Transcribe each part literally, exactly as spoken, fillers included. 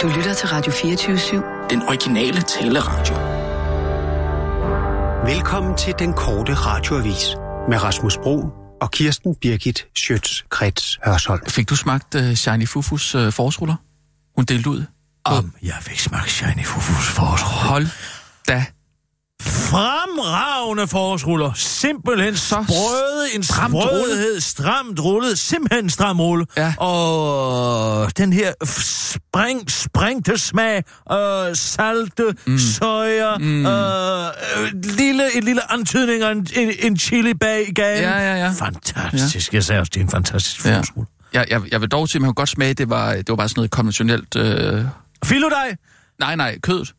Du lytter til Radio fireogtyve syv. Den originale taleradio. Velkommen til den korte radioavis med Rasmus Broen og Kirsten Birgit Schøtz-Krets Hørsholm. Fik du smagt uh, Shiny Fufus uh, forårsruller? Hun delte ud. Om jeg fik smagt Shiny Fufus forårsruller. Hold da. Fremragende forårsruller. Simpelthen så sprøde, en sprødhed, stramt rullet, simpelthen stram rulle. Ja. Og den her spring, springte smag, øh, salte, mm. soja, mm. Øh, lille, en lille antydning af en, en, en chili bag i gaden. Ja, ja, ja. Fantastisk. Ja. Jeg sagde også, det er en fantastisk forårsrulle. Ja. Jeg, jeg, jeg vil dog sige, at man kunne godt smage, det var, det var bare sådan noget konventionelt... Øh... Filodej? Nej, nej, kødet.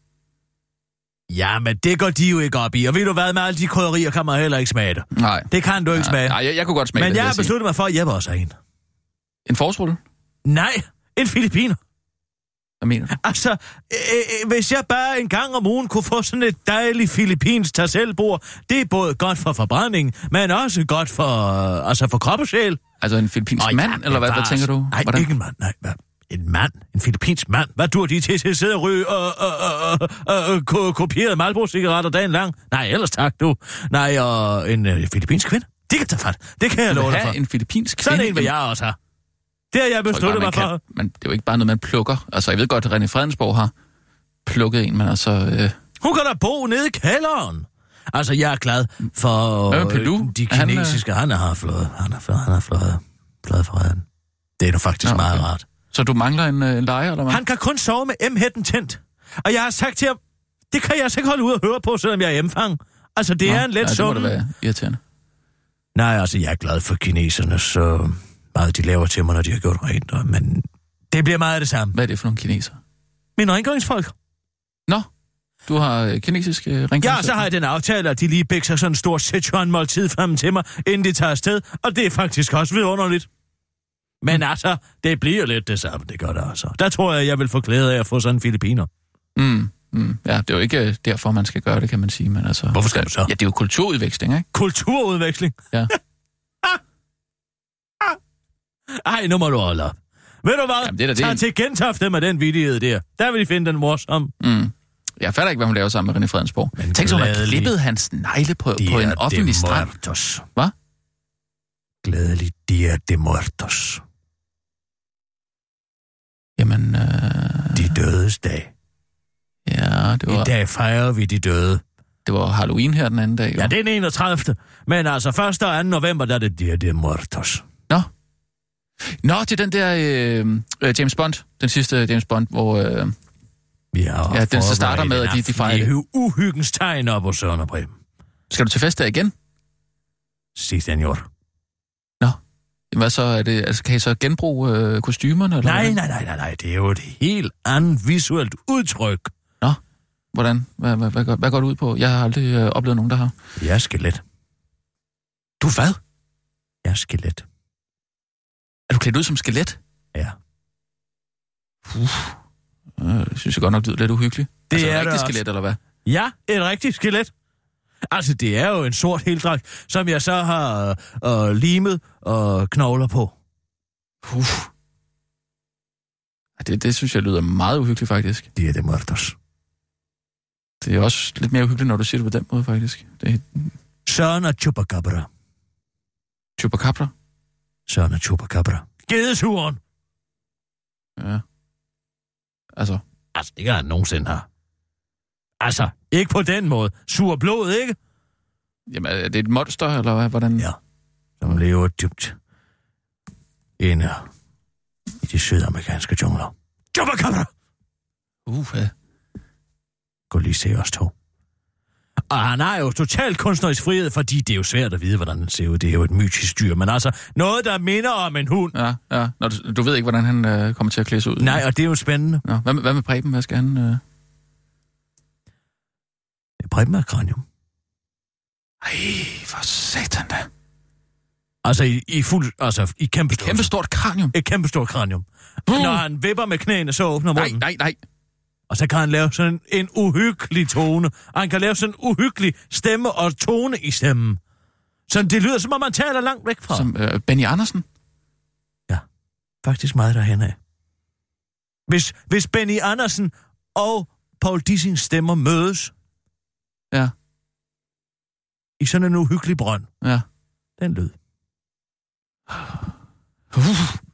Ja, men det går de jo ikke op i. Og ved du hvad, med alle de krydderier kan man heller ikke smage det. Nej. Det kan du ikke nej, smage. Nej, jeg, jeg kunne godt smage men det. Men jeg har besluttet mig for, at jeg vil også have en. En forårsrulle? Nej, en filipiner. Hvad mener du? Altså, øh, hvis jeg bare en gang om ugen kunne få sådan et dejligt filippinsk tag-selv-bord, det er både godt for forbrænding, men også godt for, øh, altså for krop og sjæl. Altså en filippinsk oh, mand, ja, eller hvad, hvad tænker du? Nej, Hvordan? ikke en mand, nej, hvad? En mand? En filippinsk mand? Hvad dur de til til at sidde og ryge og, og, og, og, og ko- kopieret Marlboro-cigaretter dagen lang? Nej, ellers tak, du. Nej, og en øh, filippinsk kvinde? Det kan tage fat. Det kan jeg love dig for. en filippinsk kvinde? Sådan en vil jeg også have. Det har jeg besluttet mig for. Men det er jo ikke bare noget, man plukker. Altså, jeg ved godt, at René Fredensborg har plukket en, men altså... Øh... Hun kan da bo nede i kælderen. Altså, jeg er glad for øh, de kinesiske. Han, øh... han har flået. Han har flået, han har flået, flået for redden. Det er nu faktisk Nå, okay. meget rart. Så du mangler en, en lejer, eller hvad? Han kan kun sove med M-hætten tændt. Og jeg har sagt til ham, det kan jeg altså ikke holde ud og høre på, selvom jeg er hjemfang. Altså, det Nå, er en let ja, sum. det må da være irriterende. Nej, altså, jeg er glad for kineserne, så meget de laver til mig, når de har gjort rent. Men det bliver meget af det samme. Hvad er det for nogle kinesere? Mine rengøringsfolk. Nå, du har kinesisk øh, rengøringsfolk? Ja, så har jeg den aftale, at de lige bækser sådan en stor Sichuan-måltid frem til mig, inden de tager afsted. Og det er faktisk også vidunderligt. Men mm. altså, det bliver lidt det samme, det gør det altså. Der tror jeg, jeg vil få glæde af at få sådan en filipiner. Mm, mm. Ja, det er jo ikke derfor, man skal gøre det, kan man sige. Men altså, hvorfor skal du så? Ja, det er jo kulturudveksling, ikke? Kulturudveksling? Ja. Ej, nu må du holde op. Ved du hvad? Jamen, det er Tag det. til Gentofte med den vidighed der. Der vil de finde den morsom. Mm. Jeg fatter ikke, hvad hun laver sammen med René Fredensborg. Men tænk så, hun har klippet hans negle på, på en offentlig strand. Hvad? Glædelig Dia de Muertos. Jamen, øh... De dødes dag. Ja, det var... I dag fejrer vi de døde. Det var Halloween her den anden dag, jo. Ja, det er den enogtredivte Men altså, første og anden november, der er det Dia de Muertos. Nå. Nå, det er den der øh, James Bond. Den sidste James Bond, hvor... Øh... Ja, ja, den så starter med, at de, de fejrer det. Det er uhyggens tegn op hos Søren og Breben. Skal du til fest der igen? Si, senor. Nå. Hvad så? Er det, altså, kan I så genbruge øh, kostymerne? Eller nej, nej, nej, nej, nej. Det er jo et helt andet visuelt udtryk. Nå. Hvordan? Hvad, hvad, hvad, hvad går det ud på? Jeg har aldrig øh, oplevet nogen, der har. Jeg er skelet. Du hvad? Jeg er skelet. Er du klædt ud som skelet? Ja. Uff. Jeg synes jeg godt nok, det lyder lidt uhyggeligt. Det altså, er et rigtigt skelet, eller hvad? Ja, et rigtigt skelet. Altså, det er jo en sort heldragt, som jeg så har øh, limet og knogler på. Uff. Det, det synes jeg lyder meget uhyggeligt, faktisk. Dia de Muertos. Det er også lidt mere uhyggeligt, når du siger det på den måde, faktisk. Det er... Søren og Chupacabra. Chupacabra? Søren og Chupacabra. Gedesuren. Ja. Altså. Altså, det kan han nogensinde have. Altså, ikke på den måde. Sur blod, ikke? Jamen, er det et monster, eller hvad? Hvordan? Ja. Som lever dybt inde i de sydamerikanske jungler. Chupacabra! Uh, ja. Gå lige se os to. Og han har jo totalt kunstnerisk frihed, fordi det er jo svært at vide, hvordan den ser ud. Det er jo et mytisk dyr, men altså noget, der minder om en hund. Ja, ja. Nå, du, du ved ikke, hvordan han øh, kommer til at klæde sig ud? Nej, og det er jo spændende. Nå, hvad, med, hvad med Preben? Hvad skal han... Øh... Preben er kranium. Ej, for satan da. Altså i, i fuld... Altså i kæmpe Et kæmpe stort kranium? Et kæmpe stort kranium. Mm. Når han vipper med knæene, så åbner munden. Nej, nej, nej. Og så kan han lave sådan en uhyggelig tone. Og han kan lave sådan en uhyggelig stemme og tone i stemmen. Så det lyder, som om man taler langt væk fra. Som øh, Benny Andersen? Ja, faktisk meget derhen af. Hvis, hvis Benny Andersen og Paul Dissings stemmer mødes... Ja. I sådan en uhyggelig brønd. Ja. Den lød. Uh.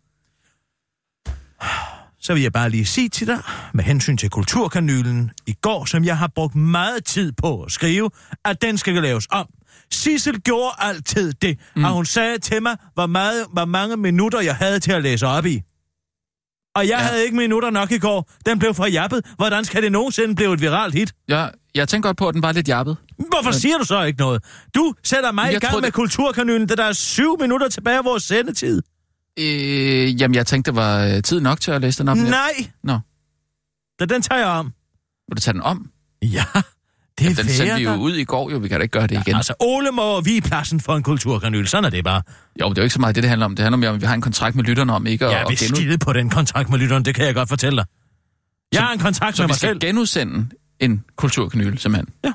Så vil jeg bare lige sige til dig, med hensyn til kulturkanylen i går, som jeg har brugt meget tid på at skrive, at den skal laves om. Sissel gjorde altid det, mm. og hun sagde til mig, hvor, meget, hvor mange minutter jeg havde til at læse op i. Og jeg ja. havde ikke minutter nok i går. Den blev forjappet. Hvordan skal det nogensinde blive et viralt hit? Ja, jeg tænker godt på, at den var lidt jappet. Hvorfor siger du så ikke noget? Du sætter mig jeg i gang tror, med det... kulturkanylen, da der er syv minutter tilbage af vores sendetid. Øh, jamen, jeg tænkte, det var tid nok til at læse den op. Nej! Nå. Da den tager jeg om. Vil du tage den om? Ja, det er den sendte vi jo ud i går, jo. Vi kan da ikke gøre det igen. Ja, altså, Ole må vige pladsen for en kulturkanyl. Sådan er det bare. Jo, det er jo ikke så meget det, det handler om. Det handler om, at vi har en kontrakt med lytterne om ikke at... Ja, vi genu... skide på den kontrakt med lytterne, det kan jeg godt fortælle dig. Jeg så, har en kontrakt så med mig selv. Så vi skal genudsende en kulturkanyl, simpelthen? Ja.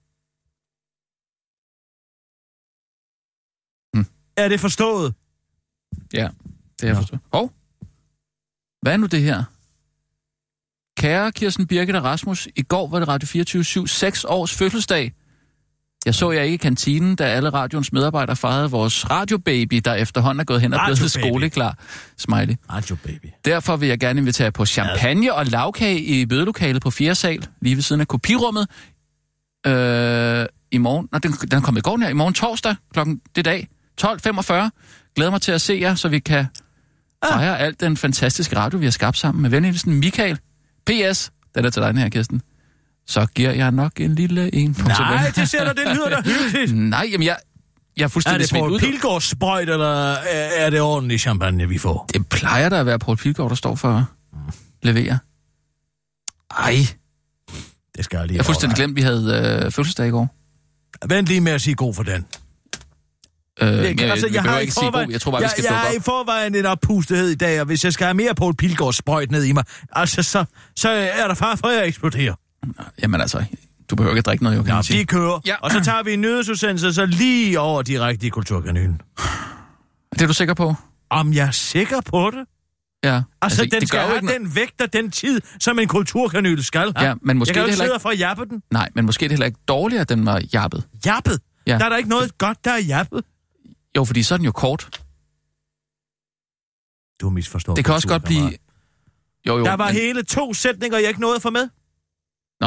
Hm. Er det forstået? Ja, det er jeg forstået. Hov. Hvad er nu det her? Kære Kirsten Birgit og Rasmus, i går var det Radio fireogtyve syv seks års fødselsdag. Jeg så jer ikke i kantinen, da alle radioens medarbejdere fejrede vores radiobaby, der efterhånden er gået hen og blevet skoleklar. Smiley. Radiobaby. Derfor vil jeg gerne invitere på champagne og lavkage i mødelokalet på fjerde sal, lige ved siden af kopirummet. Øh, I morgen, nå, den, den er kommet i går her, i morgen torsdag, klokken det dag, tolv femogfyrre. Glæder mig til at se jer, så vi kan fejre alt den fantastiske radio, vi har skabt sammen med venhilsen Michael. P S, den er til dig her, Kirsten. Så giver jeg nok en lille en. Nej, det ser du, det lyder da hyggeligt. Nej, jamen jeg, jeg er fuldstændig smidt ud. Er det Poul Pilgaards sprøjt, eller er det ordentlig champagne, vi får? Det plejer der at være Poul Pilgaard, der står for at levere. Ej. Det skal jeg lige Jeg har fuldstændig glemt, vi havde øh, fødselsdag i går. Vent lige med at sige god for den. Øh, jeg, jeg, altså, jeg, har ikke sige god. Jeg tror bare, jeg, vi skal jeg, jeg har i forvejen en oppustethed i dag, og hvis jeg skal have mere Poul Pilgaards sprøjt ned i mig, altså, så, så er der far for, at jeg eksploderer. Jamen altså, du behøver ikke at drikke noget, jo, kan ja, man sige. vi kører, ja. Og så tager vi en nyhedsudsendelse, så lige over direkte i kulturkanylen. Det er du sikker på? Om jeg er sikker på det? Ja. Altså, altså den det skal have no- den vægt og den tid, som en kulturkanyl skal have. Ja, men måske jeg kan jo ikke sidde ikke... og få jappe den. Nej, men måske er det heller ikke dårligt, at den var jappet. Jappet? Ja. Der er der ikke noget godt, der er jappet. Jo, fordi så er den jo kort. Du har misforstået. Det kan også godt blive... Jo, jo, der var men... hele to sætninger, jeg ikke nåede at få med. Nå.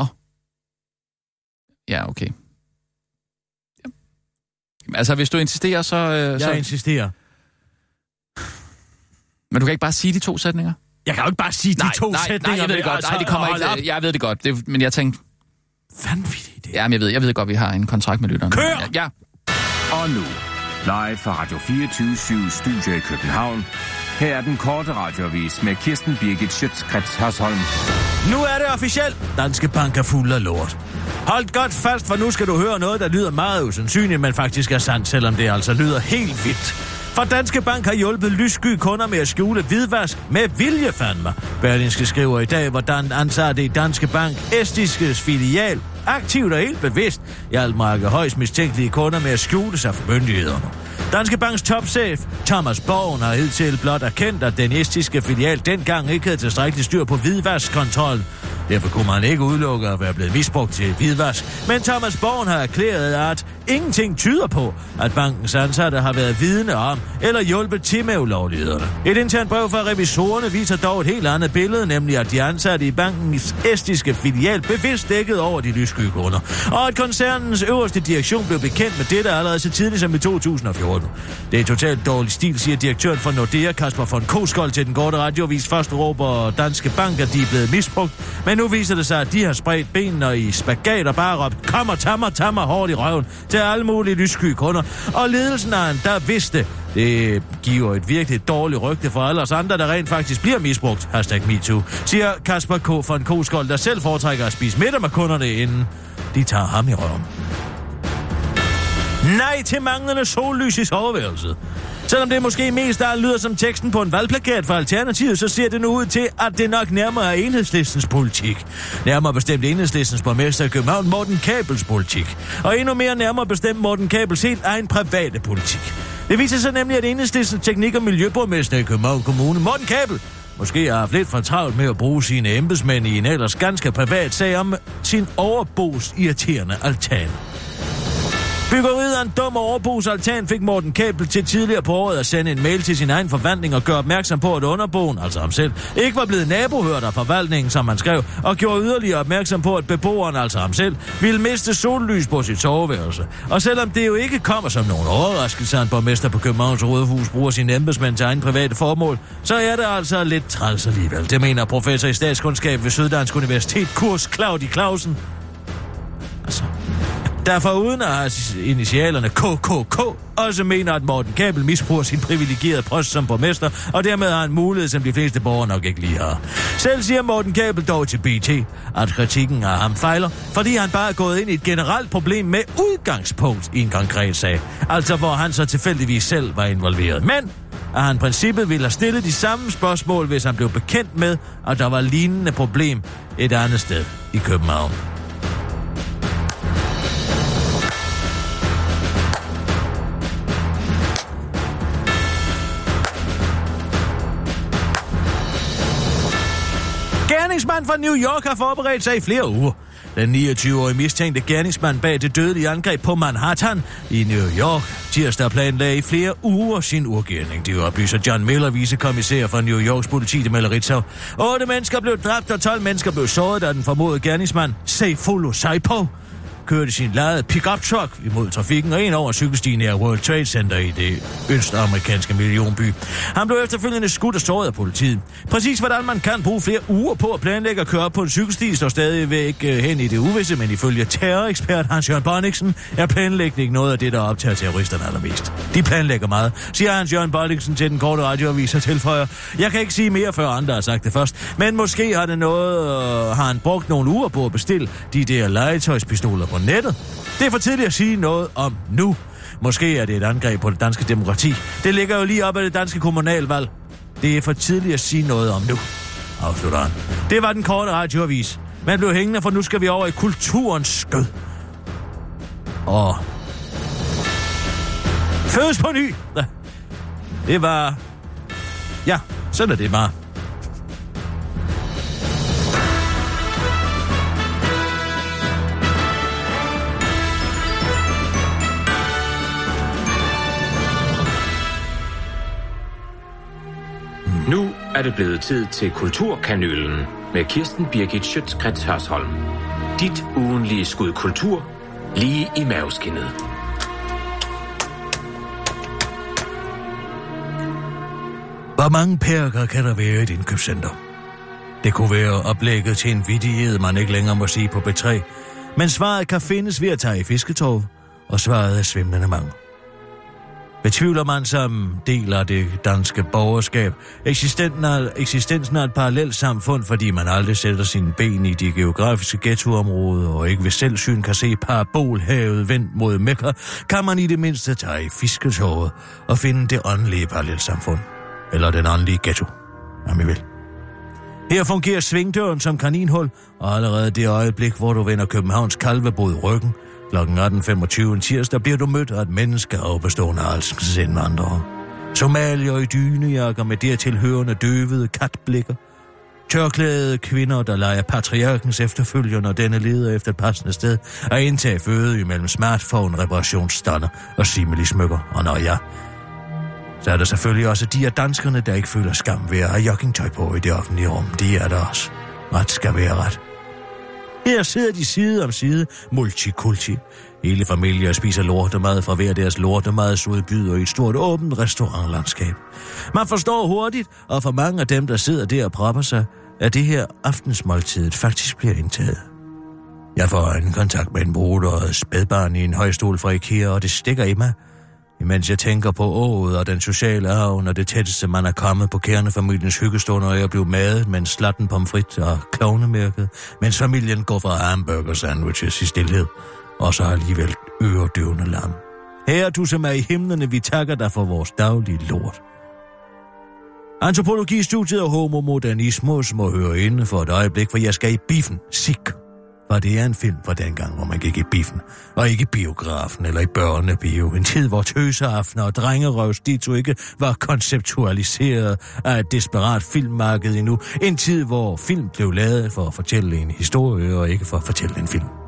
Ja, okay. Ja. Altså, hvis du insisterer, så... Øh, jeg så... insisterer. Men du kan ikke bare sige de to sætninger? Jeg kan jo ikke bare sige nej, de to nej, sætninger. Nej, jeg ved det godt. Altså, nej, det kommer ikke... Op. Jeg ved det godt, det, men jeg tænkte... Vanvittigt det. Jamen, jeg ved, jeg ved godt, vi har en kontrakt med lytterne. Kør! Ja. ja. Og nu, live fra Radio fireogtyve syv Studio i København. Her er den korte radioavis med Kirsten Birgit Schøtz-Krets Hørsholm. Nu er det officielt. Danske Bank er fuld af lort. Hold godt fast, for nu skal du høre noget, der lyder meget usandsynligt, men faktisk er sandt, selvom det altså lyder helt vildt. For Danske Bank har hjulpet lyssky kunder med at skjule hvidvask med vilje, fandme. Berlingske skriver i dag, hvordan ansatte i Danske Bank, estiskes filial, aktivt og helt bevidst, hjalp række højst mistænkelige kunder med at skjule sig for myndighederne. Danske Banks topchef, Thomas Borgen, har hidtil blot erkendt, at den estiske filial dengang ikke havde tilstrækkeligt styr på hvidvaskkontrollen. Derfor kunne man ikke udelukke at være blevet misbrugt til hvidvask. Men Thomas Borgen har erklæret, at ingenting tyder på, at bankens ansatte har været vidne om eller hjulpet til med ulovlighederne. Et internt brev fra revisorerne viser dog et helt andet billede, nemlig at de ansatte i bankens estiske filial bevidst dækkede over de lyssky kunder. Og at koncernens øverste direktion blev bekendt med dette allerede så tidligt som i to tusind og fjorten. Det er totalt dårlig stil, siger direktøren for Nordea, Kasper von Koskold, til den korte radioavis. Først råber Danske Bank, at de er blevet misbrugt, men nu viser det sig, at de har spredt benene i spagat og bare råbt, kom og tammer, tammer hårdt i røven til alle mulige lyssky kunder. Og ledelsen af en, der vidste, det giver et virkelig dårligt rygte for alle os andre, der rent faktisk bliver misbrugt. Hashtag MeToo, siger Kasper K. von Koskold, der selv foretrækker at spise middag med kunderne, inden de tager ham i røven. Nej til manglende sollys i soveværelset. Selvom det måske mest af lyder som teksten på en valgplakat for Alternativet, så ser det nu ud til, at det nok nærmere er Enhedslistens politik. Nærmere bestemt Enhedslistens borgmester i København, Morten Kabels politik. Og endnu mere nærmere bestemt Morten Kabels helt egen private politik. Det viser sig nemlig, at Enhedslistens teknik- og miljøborgmester i København Kommune, Morten Kabel, måske har haft lidt for travlt med at bruge sine embedsmænd i en ellers ganske privat sag om sin overbos irriterende altan. Byggeriet af en dum overbos altan fik Morten Kabel til tidligere på året at sende en mail til sin egen forvaltning og gøre opmærksom på, at underboen, altså ham selv, ikke var blevet nabohørt af forvaltningen, som han skrev, og gjorde yderligere opmærksom på, at beboeren, altså ham selv, ville miste sollys på sit soveværelse. Og selvom det jo ikke kommer som nogen overraskelse, at en borgmester på Københavns Rådhus bruger sine embedsmænd til egen private formål, så er det altså lidt træls alligevel. Det mener professor i statskundskab ved Syddansk Universitet, Kurs Claudi Clausen. Altså... der foruden at have initialerne K K K også mener, at Morten Kabel misbruger sin privilegerede post som borgmester, og dermed har en mulighed, som de fleste borgere nok ikke lige har. Selv siger Morten Kabel dog til B T, at kritikken af ham fejler, fordi han bare er gået ind i et generelt problem med udgangspunkt i en konkret sag, altså hvor han så tilfældigvis selv var involveret. Men at han i princippet ville have stillet de samme spørgsmål, hvis han blev bekendt med, at der var lignende problem et andet sted i København. Gerningsmand fra New York har forberedt sig i flere uger. Den niogtyve-årige mistænkte gerningsmand bag det dødelige angreb på Manhattan i New York tirsdag planlagde i flere uger sin urgerning. Det oplyser John Miller, vicekommissær for New Yorks politi, det melder Ritzau. Otte mennesker blev dræbt, og tolv mennesker blev såret, da den formodede gerningsmand, Sayfullo Saipov, kørte sin ladede pick-up truck imod trafikken og en over cykelstien nær World Trade Center i det østamerikanske millionby. Han blev efterfølgende skudt og såret af politiet. Præcis hvordan man kan bruge flere uger på at planlægge at køre op på en cykelsti, står stadigvæk hen i det uvisse, men ifølge terrorekspert Hans-Jørgen Bonniksen er planlægning noget af det, der optager terroristerne allermest. De planlægger meget, siger Hans-Jørgen Bonniksen til den korte radioavis og tilføjer: jeg kan ikke sige mere, før andre har sagt det først, men måske har det noget, øh, har han brugt nogle uger på at bestille de der legetøjspistoler på nettet. Det er for tidligt at sige noget om nu. Måske er det et angreb på det danske demokrati. Det ligger jo lige op ad det danske kommunalvalg. Det er for tidligt at sige noget om nu, afslutter han. Det var den korte radioavis. Man blev hængende, for nu skal vi over i kulturens skød. Og fødes på ny. Det var... Ja, sådan er det bare. Nu er det blevet tid til Kulturkanylen med Kirsten Birgit Schøtz-Krets Hørsholm. Dit ugenlige skud kultur lige i maveskindet. Hvor mange perker kan der være i et indkøbscenter? Det kunne være oplægget til en vittighed, man ikke længere må sige på B tre, men svaret kan findes ved at tage i fisketog, og svaret er svimlende mange. Betvivler man som del af det danske borgerskab eksistensen af et parallelt samfund, fordi man aldrig sætter sine ben i de geografiske ghettoområder og ikke ved selvsyn kan se parabolhavet vendt mod Mekka, kan man i det mindste tage i fisketoget og finde det åndelige parallelsamfund. Eller den åndelige ghetto, om I vil. Her fungerer svingdøren som kaninhul, og allerede det øjeblik, hvor du vender Københavns Kalvebod ryggen, klokken atten femogtyve en tirsdag bliver du mødt af et menneske overbestående af alskens indvandrere. Somalier i dynejakker med dertilhørende døvede katblikker. Tørklædede kvinder, der leger patriarkens efterfølger, når denne leder efter et passende sted, at indtage føde imellem smartphone, reparationsstander og simili-smykker. Og når ja, så er der selvfølgelig også de af danskerne, der ikke føler skam ved at have joggingtøj på i det offentlige rum. De er der også. Ret skal være ret. Her sidder de side om side, multikulti. Hele familier spiser lortemad fra hver deres lortemadsudbyder i et stort åbent restaurantlandskab. Man forstår hurtigt, og for mange af dem, der sidder der og propper sig, at det her aftensmåltidet faktisk bliver indtaget. Jeg får en kontakt med en bruder og spædbarn i en højstol fra IKEA, og det stikker i mig, imens jeg tænker på året og den sociale arv, og det tætteste, man er kommet på kernefamiliens hyggestunder, og jeg blev madet med en slatten pomfrit og klovnemærket, mens familien går fra hamburger sandwiches i stilhed, og så alligevel øredøvende lam. Her du som er i himlene, vi takker dig for vores daglige lort. Antropologistudiet og homomodernismus må høre inde for et øjeblik, for jeg skal i biffen. Sik. var det en film fra dengang, hvor man gik i biffen, og ikke i biografen eller i børnebio. En tid, hvor tøseaftener og drengerøvs dito ikke var konceptualiseret af et desperat filmmarked endnu. En tid, hvor film blev lavet for at fortælle en historie og ikke for at fortælle en film.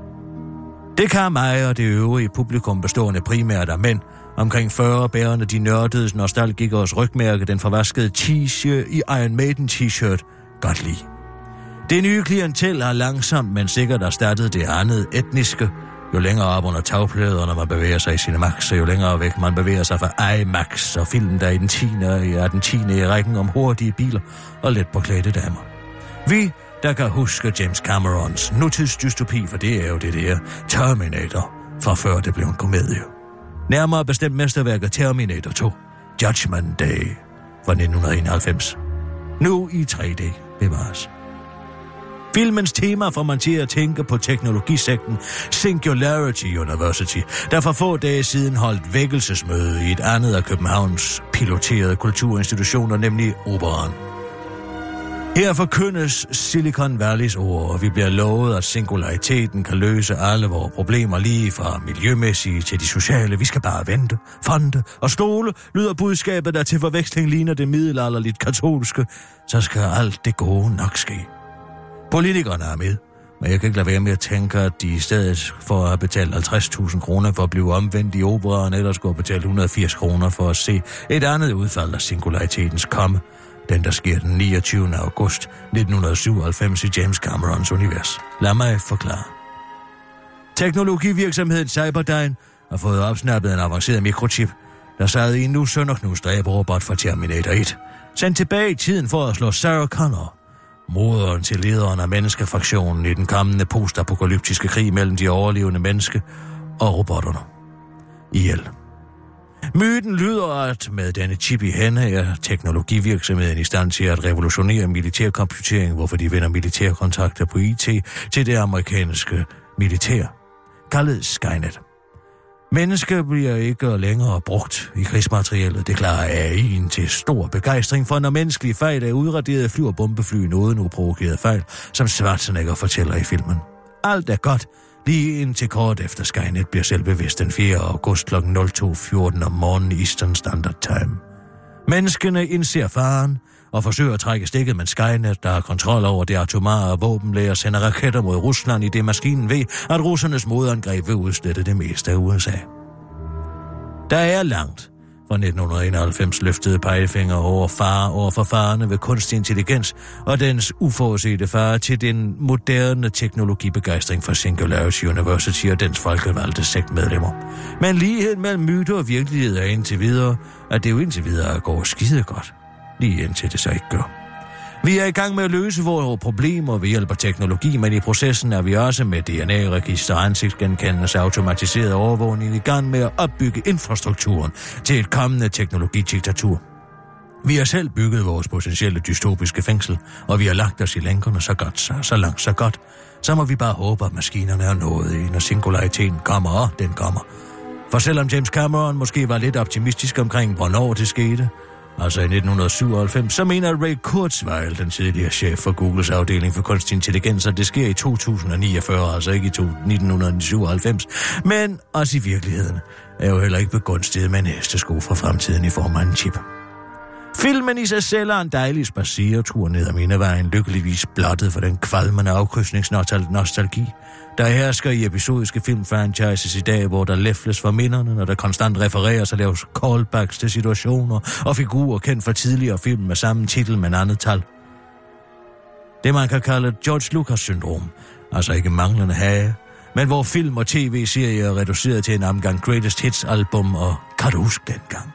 Det kan mig og det øvrige publikum bestående primært af mænd, omkring fyrre bærende de nørdede nostalgikers rygmærke, den forvaskede t-shirt i Iron Maiden t-shirt, godt lide. Det nye klientel har langsomt, men sikkert erstattet det andet etniske. Jo længere op under tagpladerne man bevæger sig i Cinemax, og jo længere væk man bevæger sig fra IMAX og filmen, der er i den tiende er den tiende i rækken om hurtige biler og let påklædte damer. Vi, der kan huske James Camerons nutidsdystopi, for det er jo det der Terminator, fra før det blev en komedie. Nærmere bestemt mesterværket Terminator to, Judgment Day, fra nitten enoghalvfems. Nu i tre D bevares. Filmens tema får man til at tænke på teknologisekten Singularity University, der for få dage siden holdt vækkelsesmøde i et andet af Københavns piloterede kulturinstitutioner, nemlig Operaen. Her forkyndes Silicon Valleys ord, og vi bliver lovet, at singulariteten kan løse alle vores problemer, lige fra miljømæssige til de sociale. Vi skal bare vente, fonde og stole, lyder budskabet, der til forveksling ligner det middelalderligt katolske. Så skal alt det gode nok ske. Politikerne er med, men jeg kan ikke lade være med at tænke, at de i stedet for at have betalt halvtreds tusind kroner for at blive omvendt i Operaen, ellers skulle have betalt et hundrede og firs kroner for at se et andet udfald af singularitetens komme. Den, der sker den niogtyvende august nitten syvoghalvfems i James Camerons univers. Lad mig forklare. Teknologivirksomheden Cyberdyne har fået opsnappet en avanceret mikrochip, der sad i en nu sønderknust dræberrobot fra Terminator et. Sendt tilbage i tiden for at slå Sarah Connor, moderen til lederen af menneskefraktionen i den kommende postapokalyptiske krig mellem de overlevende menneske og robotterne, ihjel. Myten lyder, at med denne chip i hænderne er teknologivirksomheden i stand til at revolutionere militærkomputering, hvorfor de vender militærkontakter på I T til det amerikanske militær, kaldet Skynet. Mennesker bliver ikke længere brugt i krigsmaterialet, det klarer A I'en til stor begejstring, for når menneskelige fejl er udraderet, flyver bombefly uden uprovokeret fejl, som Schwarzenegger fortæller i filmen. Alt er godt, lige indtil kort efter Skynet bliver selvbevidst den fjerde august kl. nul to fjorten om morgenen Eastern Standard Time. Menneskene indser faren og forsøger at trække stikket, men Skynet, der har kontrol over det atomare våbenlager, sender raketter mod Rusland, i det maskinen ved, at russernes modangreb vil udslette det meste af U S A. Der er langt fra nitten enoghalvfems løftede pegefinger over far over for farerne ved kunstig intelligens og dens uforudsete fare til den moderne teknologibegejstring for Singularity University og dens folkevalgte sektmedlemmer. Men ligheden mellem myter og virkelighed er indtil videre, at det jo indtil videre går skide godt. Lige indtil det så ikke gør. Vi er i gang med at løse vores problemer ved hjælp af teknologi, men i processen er vi også med D N A-register, ansigtsgenkendelse, automatiseret overvågning i gang med at opbygge infrastrukturen til et kommende teknologidiktatur. Vi har selv bygget vores potentielle dystopiske fængsel, og vi har lagt os i lænkerne så godt, så, så langt, så godt. Så må vi bare håbe, at maskinerne er nået i, når singulariteten kommer, og den kommer. For selvom James Cameron måske var lidt optimistisk omkring, hvornår det skete, altså i nitten syvoghalvfems, så mener Ray Kurzweil, den tidligere chef for Googles afdeling for kunstig intelligens, at det sker i to tusind niogfyrre, altså ikke i nitten syvoghalvfems, men også i virkeligheden er jo heller ikke begunstiget med en hestesko fra fremtiden i form af en chip. Filmen i sig selv er en dejlig spaceretur ned ad mindevejen, lykkeligvis blottet for den kvalmende afkrydsningsnostalgi, der hersker i episodiske filmfranchises i dag, hvor der læfles for minderne, når der konstant refereres og laves callbacks til situationer og figurer kendt fra tidligere film med samme titel, men andet tal. Det man kan kalde George Lucas-syndrom, altså ikke manglende hage, men hvor film og tv-serier er reduceret til en omgang greatest hits-album og kan du huske dengang.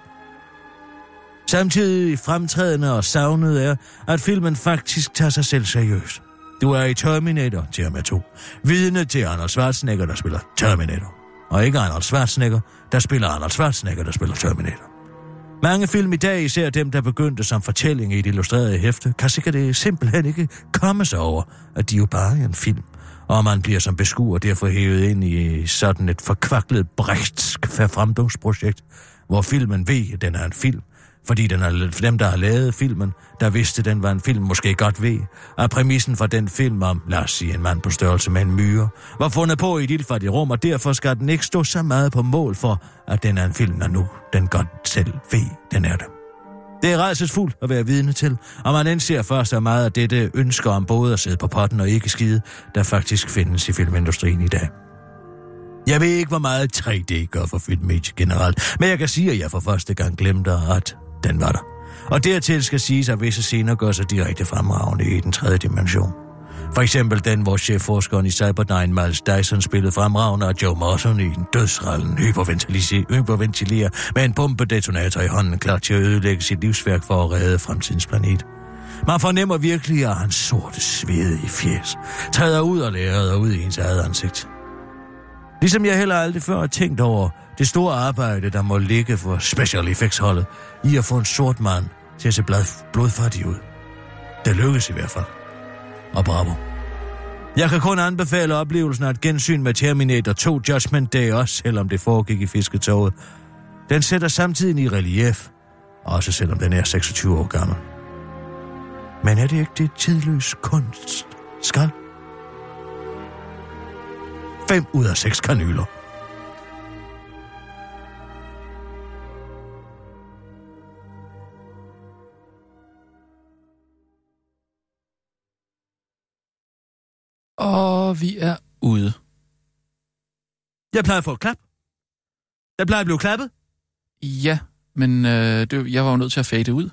Samtidig fremtrædende og savnet er, at filmen faktisk tager sig selv seriøst. Du er i Terminator, Terminator to. Vidne til Arnold Schwarzenegger, der spiller Terminator. Og ikke Arnold Schwarzenegger, der spiller Arnold Schwarzenegger, der spiller Terminator. Mange film i dag, især dem, der begyndte som fortælling i et illustreret hæfte, kan sikkert simpelthen ikke komme sig over, at de jo bare er en film. Og man bliver som beskuer derfor hævet ind i sådan et forkvaklet brechtsk fremdungsprojekt, hvor filmen ved, at den er en film, Fordi den er, for dem, der har lavet filmen, der vidste, den var en film, måske godt ved, at præmissen for den film om, lad os sige, en mand på størrelse med en myre, var fundet på i et ildfattigt rum, og derfor skal den ikke stå så meget på mål for, at den er en film, der nu den godt selv ved, den er det. Det er rædselsfuldt at være vidne til, og man indser først af meget af dette ønsker om både at sidde på potten og ikke skide, der faktisk findes i filmindustrien i dag. Jeg ved ikke, hvor meget tre D gør for filmmediet generelt, men jeg kan sige, at jeg for første gang glemte, at den var der. Og dertil skal siges, at visse scener gør sig direkte fremragende i den tredje dimension. For eksempel den, hvor chefforskeren i Cyberdyne, Miles Dyson, spillede fremragende, og Joe Morton i den dødsrallen hyperventilerer med en bombedetonator i hånden, klar til at ødelægge sit livsværk for at redde fremtidens planet. Man fornemmer virkelig, at hans sorte, svedige fjes træder ud og lærer ud i ens eget ansigt. Ligesom jeg heller aldrig før har tænkt over det store arbejde, der må ligge for special effects-holdet i at få en sort mand til at se blodfattig ud. Det lykkes i hvert fald. Og bravo. Jeg kan kun anbefale oplevelsen af et gensyn med Terminator to Judgment Day også, selvom det foregik i fisketoget. Den sætter samtidig i relief, også selvom den er seksogtyve år gammel. Men er det ikke det tidløs kunst skal? Fem ud af seks kanyler. Og vi er ude. Jeg plejer at få et klap. Jeg plejer at blive klappet. Ja, men øh, det, jeg var jo nødt til at fade ud.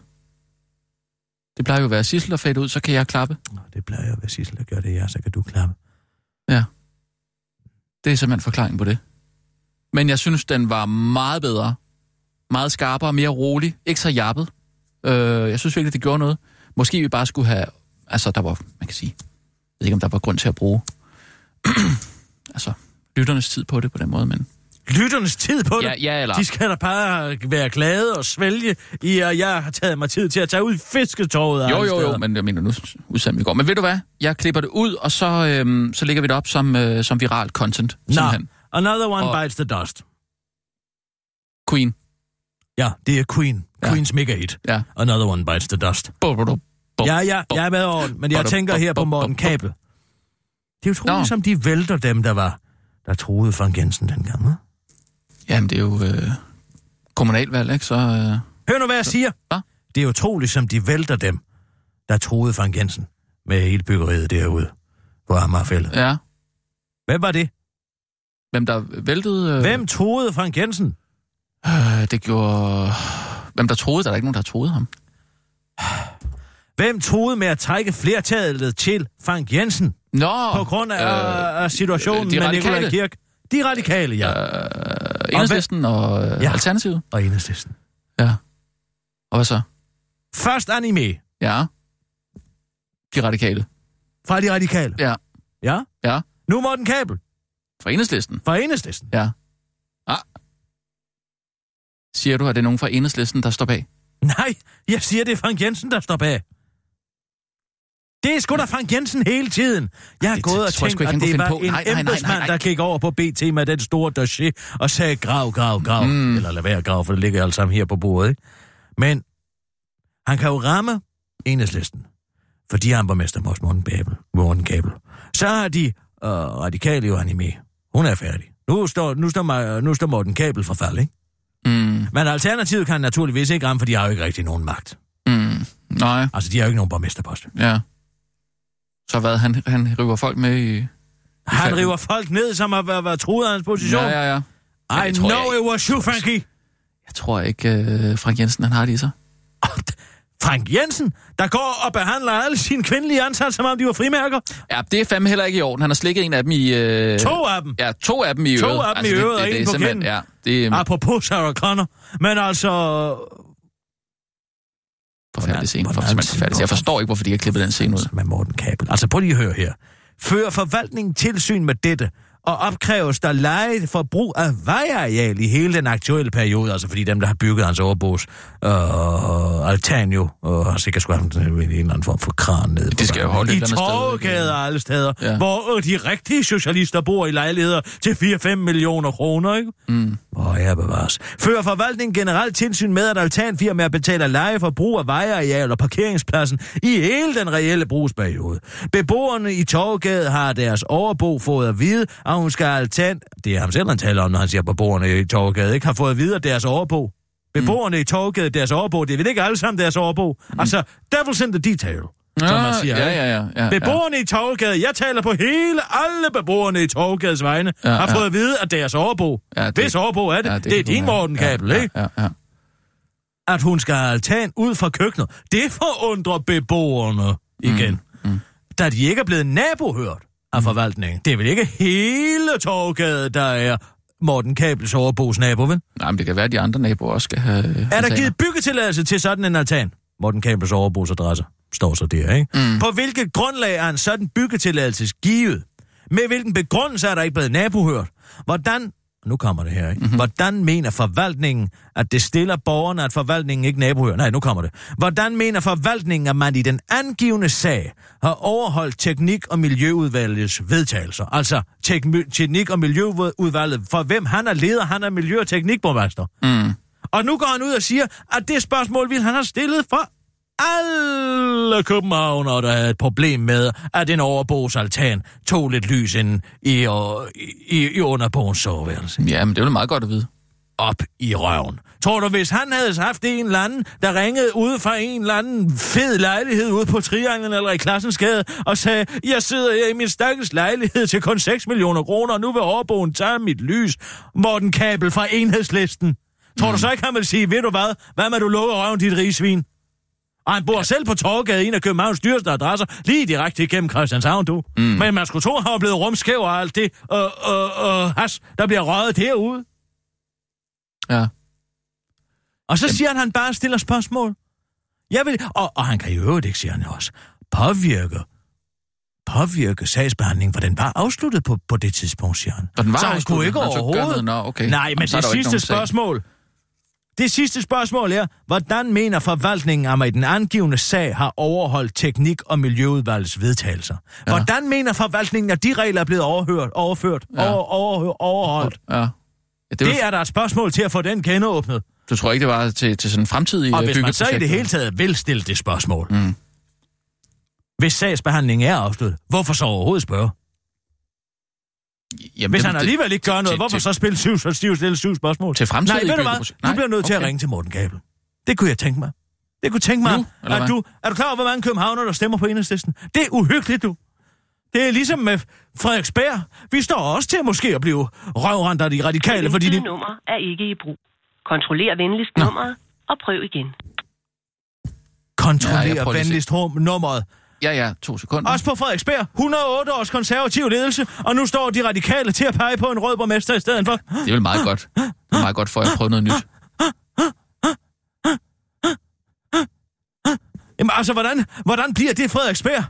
Det plejer jo at være Sissel, der fade ud, så kan jeg klappe. Det plejer jo at være Sissel, der gør det, ja, så kan du klappe. Ja. Det er simpelthen forklaringen på det. Men jeg synes, den var meget bedre. Meget skarpere, mere rolig. Ikke så jappet. Øh, jeg synes virkelig, det gjorde noget. Måske vi bare skulle have... Altså, der var... Man kan sige... Jeg ved ikke, om der var grund til at bruge... altså, lytternes tid på det på den måde, men... Lytternes tid på det? Ja, ja, eller... De skal da bare være glade og svælge i, at jeg har taget mig tid til at tage ud i fisketorvet. Jo, jo, jo, men jeg mener, nu udsendte vi går. Men ved du hvad? Jeg klipper det ud, og så, øhm, så lægger vi det op som, øh, som viral content. Nå, another one og... bites the dust. Queen. Ja, det er Queen. Ja. Queens mega hit. Ja. Another one bites the dust. Bo, bo, bo, bo, ja, ja, jeg er med over, men jeg tænker her på Morten Kabel. Det er jo troligt, som de vælter dem, der var, der troede Frank Jensen dengang, hva'? Jamen, det er jo øh, kommunalvalg, ikke? Så... Øh... Hør nu, hvad jeg siger. Hva? Det er jo troligt, som de vælter dem, der troede Frank Jensen med hele byggeriet derude på Amagerfældet. Ja. Hvem var det? Hvem der væltede... Øh... Hvem troede Frank Jensen? Øh, det gjorde... Hvem der troede? Der er ikke nogen, der troede ham. Hvem troede med at trække flertallet til Frank Jensen? Nå! På grund af, øh, af situationen med Nikolaj Kirk. De radikale, ja. Øh, Enhedslisten og, og øh, ja. Alternativet. Og Enhedslisten. Ja. Og hvad så? Først anime. Ja. De radikale. Fra de radikale? Ja. Ja? Ja. Nu Morten Kabel. Fra Enhedslisten. Fra Enhedslisten? Ja. Ah. Siger du, at det er nogen fra Enhedslisten, der står bag? Nej, jeg siger, det er Frank Jensen, der står bag. Det er sgu da Frank Jensen hele tiden. Jeg har det, gået og tænkt, at det var på. en embedsmand, der gik over på B T med den store dossier og sagde grav, grav, grav. Mm. Eller lad være grav, for det ligger alle sammen her på bordet, ikke? Men han kan jo ramme Enhedslisten, fordi han var mester hos Morten Kabel. Morten Kabel. Så har de øh, radikale jo anime. Hun er færdig. Nu står, nu står, nu står Morten Kabel for fald, ikke? Mm. Men alternativet kan naturligvis ikke ramme, for de har jo ikke rigtig nogen magt. Mm. Nej. Altså, de har jo ikke nogen borgmesterpost. Ja. Så hvad, han, han river folk med i... i han falden. River folk ned, som har været, været truet af hans position? Ja, ja, ja. I know it was you, Frankie. Jeg tror ikke, uh, Frank Jensen, han har det i sig. Frank Jensen, der går og behandler alle sine kvindelige ansatte, som om de var frimærker? Ja, det er fandme heller ikke i orden. Han har slikket en af dem i... Uh... To af dem? Ja, to af dem i øret. To af dem altså, i øret, og en på kinden. Ja, det... Apropos Sarah Connor. Men altså... Forfærdelig scene. For, forfærdelig. Jeg forstår ikke, hvorfor de har klippet den scene ud. Med Morten Kabel. Altså, prøv lige at høre her. Fører forvaltningen tilsyn med dette, og opkræves der leje for brug af vejareal i hele den aktuelle periode, altså fordi dem, der har bygget hans overbogs øh, altan jo, og har sikkert skulle have en eller anden form for kran nede. Det skal jo holde i et eller andet Torvegade og alle steder, ja. hvor de rigtige socialister bor i lejligheder til fire til fem millioner kroner, ikke? Mm. Åh, ja, bevares. Fører forvaltningen generelt tilsyn med, at altanfirmaer betaler leje for brug af vejareal og parkeringspladsen i hele den reelle brugsperiode. Beboerne i Torvegade har deres overbo fået at vide, at hun skal altan... Det er ham selv, han taler om, når han siger beboerne i Torvegade, ikke? Har fået at vide, at deres overbo. Beboerne mm. i Torvegade, deres overbo, det vil ikke alle sammen deres overbo. Mm. Altså, devil's in the detail. Ja, som man siger, ja, ja, ja, ja, beboerne ja. i Torvegade, jeg taler på hele, alle beboerne i Torvegades vegne, ja, har ja. fået at vide, at deres overbo, ja, det, hvis overbo er det, ja, det, det er din Morten Kabel, ja, ikke? Ja, ja, ja. At hun skal altan ud fra køkkenet, det forundrer beboerne igen. Mm, mm. Da de ikke er blevet nabohørt af mm. forvaltningen. Det er vel ikke hele Torvegade, der er Morten Kabels overbos nabo, vel? Nej, men det kan være, at de andre naboer også skal have... Er der givet byggetilladelse til sådan en altan? Morten Kabels overbos adresse står så der, ikke? Mm. På hvilket grundlag er en sådan byggetilladelse givet? Med hvilken begrundelse er der ikke blevet nabohørt? Hvordan... Nu kommer det her, ikke? Mm-hmm. Hvordan mener forvaltningen, at det stiller borgerne, at forvaltningen ikke nabohører? Nej, nu kommer det. Hvordan mener forvaltningen, at man i den angivende sag har overholdt teknik- og miljøudvalgets vedtagelser? Altså tek- teknik- og miljøudvalget, for hvem han er leder, han er miljø- og teknikborgmester. Mm. Og nu går han ud og siger, at det spørgsmål vil han have stillet for alle københavnere, der havde et problem med, at en overbogsaltan tog lidt lys ind i, i, i underbogens soveværelse. Ja, men det er jo meget godt at vide. Op i røven. Tror du, hvis han havde haft en eller anden, der ringede ude fra en eller anden fed lejlighed ude på Trianglen eller i Klassensgade, og sagde, jeg sidder her i min stakkels lejlighed til kun seks millioner kroner, og nu vil overbogen tage mit lys, Morten Kabel fra Enhedslisten. Tror mm. du så ikke, han vil sige, ved du hvad, hvad med du lukker røven, dit rigsvin? Og han bor ja. selv på Torvegade, en af Københavns dyreste adresser, lige direkte igennem Christianshavn, du. Mm. Men man skulle tro, at han var blevet rumskæv og alt det, og øh, øh, has, der bliver røget herude. Ja. Og så siger han, han bare stiller spørgsmål. Jeg vil, og, og han kan jo øvrigt ikke, siger han også, påvirke, påvirke sagsbehandlingen, for den var afsluttet på, på det tidspunkt, siger han. Og den var så han kunne ikke overhovedet. Nå, okay. Nej, men Jamen, det sidste spørgsmål... Det sidste spørgsmål er, hvordan mener forvaltningen, at man i den angivende sag har overholdt teknik- og miljøudvalgets vedtagelser? Ja. Hvordan mener forvaltningen, at de regler er blevet overhørt, overført, ja. over, over, overholdt? Ja. Ja, det, det vil... er der et spørgsmål til at få den kende åbnet. Du tror ikke, det var til, til sådan en fremtidig byggeprojekt? Og hvis man så i det hele taget vil stille det spørgsmål, mm. hvis sagsbehandlingen er afsluttet, hvorfor så overhovedet spørge? Jamen, hvis han alligevel ikke gør noget, til, hvorfor til, så spille syv, så stiv stille syv spørgsmål? Til fremtidige Nej, ved du hvad? Du bliver nødt til okay. at ringe til Morten Kabel. Det kunne jeg tænke mig. Det kunne tænke mig, nu, at du... Er du klar over, hvor mange københavner, der stemmer på Enhedslisten? Det er uhyggeligt, du. Det er ligesom med Frederiksberg. Vi står også til måske at blive røvrendt af de radikale, fordi de... Det nummer er ikke i brug. Kontroller venligst Nå. nummeret, og prøv igen. Kontroller ja, venligst nummeret. Ja, ja, to sekunder. Også på Frederiksberg. et hundrede og otte års konservativ ledelse, og nu står de radikale til at pege på en rød borgmester i stedet for. Det er vel meget godt. Det er meget godt for at prøve noget nyt. Jamen altså, hvordan, hvordan bliver det Frederiksberg?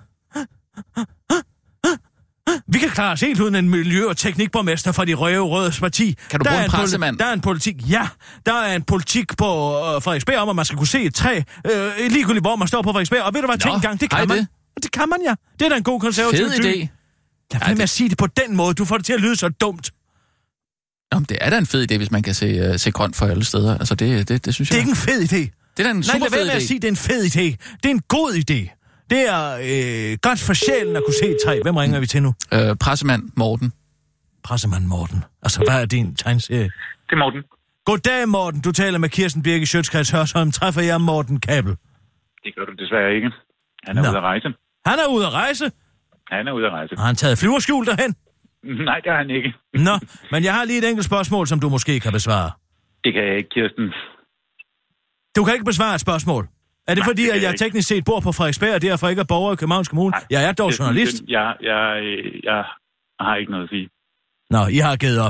Vi kan klare os helt uden en miljø- og teknikborgmester fra de røde rødes parti. Kan du der bruge en pressemand? Der er en politik, ja. Der er en politik på øh, Frederiksberg om, at man skal kunne se et træ, øh, ligegyldigt hvor man står på Frederiksberg. Og ved du hvad, tænk engang, det kan man. Det? det kan man, ja. Det er da en god konservativ fed idé. Lad være med at sige det på den måde. Du får det til at lyde så dumt. Jamen, det er da en fed idé, hvis man kan se, uh, se grønt for alle steder. Altså, det, det, det synes jeg... Det er ikke en fed idé. Det er da en super Nej, lad være med idé. at sige, det er en fed idé. Det er en god idé. Det er øh, godt for sjælen at kunne se et træ. Hvem ringer vi til nu? Øh, pressemand Morten. Pressemand Morten. Altså, hvad er din tegneserie? Det er Morten. Goddag, Morten. Du taler med Kirsten Birgit Schøtz-Krets Hørsholm. Træffer jeg Morten Kabel? Det gør du desværre ikke. Han er Nå. ude at rejse. Han er ude at rejse? Han er ude at rejse. Har han taget flyverskjul derhen? Nej, det har han ikke. Nå, men jeg har lige et enkelt spørgsmål, som du måske kan besvare. Det kan jeg ikke, Kirsten. Du kan ikke besvare et spørgsmål? Er det Nej, fordi, det at jeg, jeg teknisk set bor på Frederiksberg, og derfor ikke er borger i Københavns Kommune? Nej, jeg er dog det, journalist. Det, jeg, jeg, jeg har ikke noget at sige. Nå, I har givet op.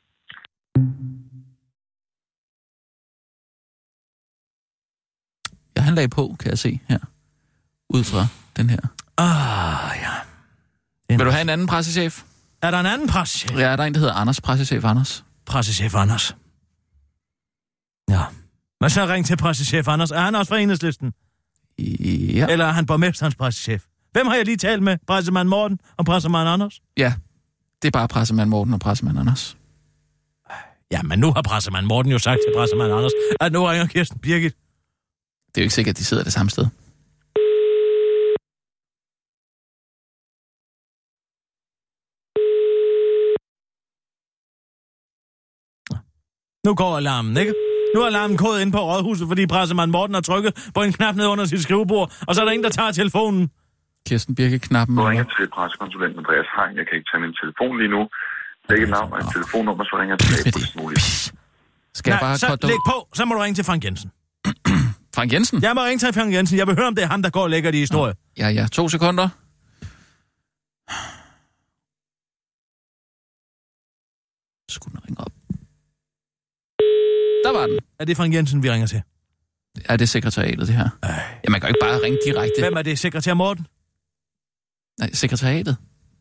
Ja, han lagde på, kan jeg se her. Ud fra den her. Ah, ja. Vil du have en anden pressechef? Er der en anden pressechef? Ja, der er en, der hedder Anders, pressechef Anders. Pressechef Anders. Ja. Men så ring til pressechef Anders. Er han også fra Enhedslisten? Ja. Eller er han borgmesterens pressechef? Hvem har jeg lige talt med? Pressemand Morten og pressemand Anders? Ja, det er bare pressemand Morten og pressemand Anders. Ja, men nu har pressemand Morten jo sagt til pressemand Anders, at nu ringer Kirsten Birgit. Det er jo ikke sikkert, at de sidder det samme sted. Nu går alarmen, ikke? Nu er alarmen kodet ind på rådhuset, fordi pressemand Morten har trykket på en knap ned under sit skrivebord, og så er der en, der tager telefonen. Kirsten Birke-knappen. Du ringer til pressekonsulent Andreas Hang. Jeg kan ikke tage min telefon lige nu. Læg et navn og en telefonnummer, så ringer jeg tilbage på muligt. Skal jeg Nej, bare så korte læg på, så må du ringe til Frank Jensen. Frank Jensen? Jeg må ringe til Frank Jensen. Jeg vil høre, om det er ham, der går og lægger de historier. Ja, ja. To sekunder. Skulle den ringe op. Der var den. Er det Frank Jensen, vi ringer til? Er det sekretariatet, det her? Ej. Ja, man kan jo ikke bare ringe direkte. Hvem er det? Sekretær Morten? Nej, sekretariatet.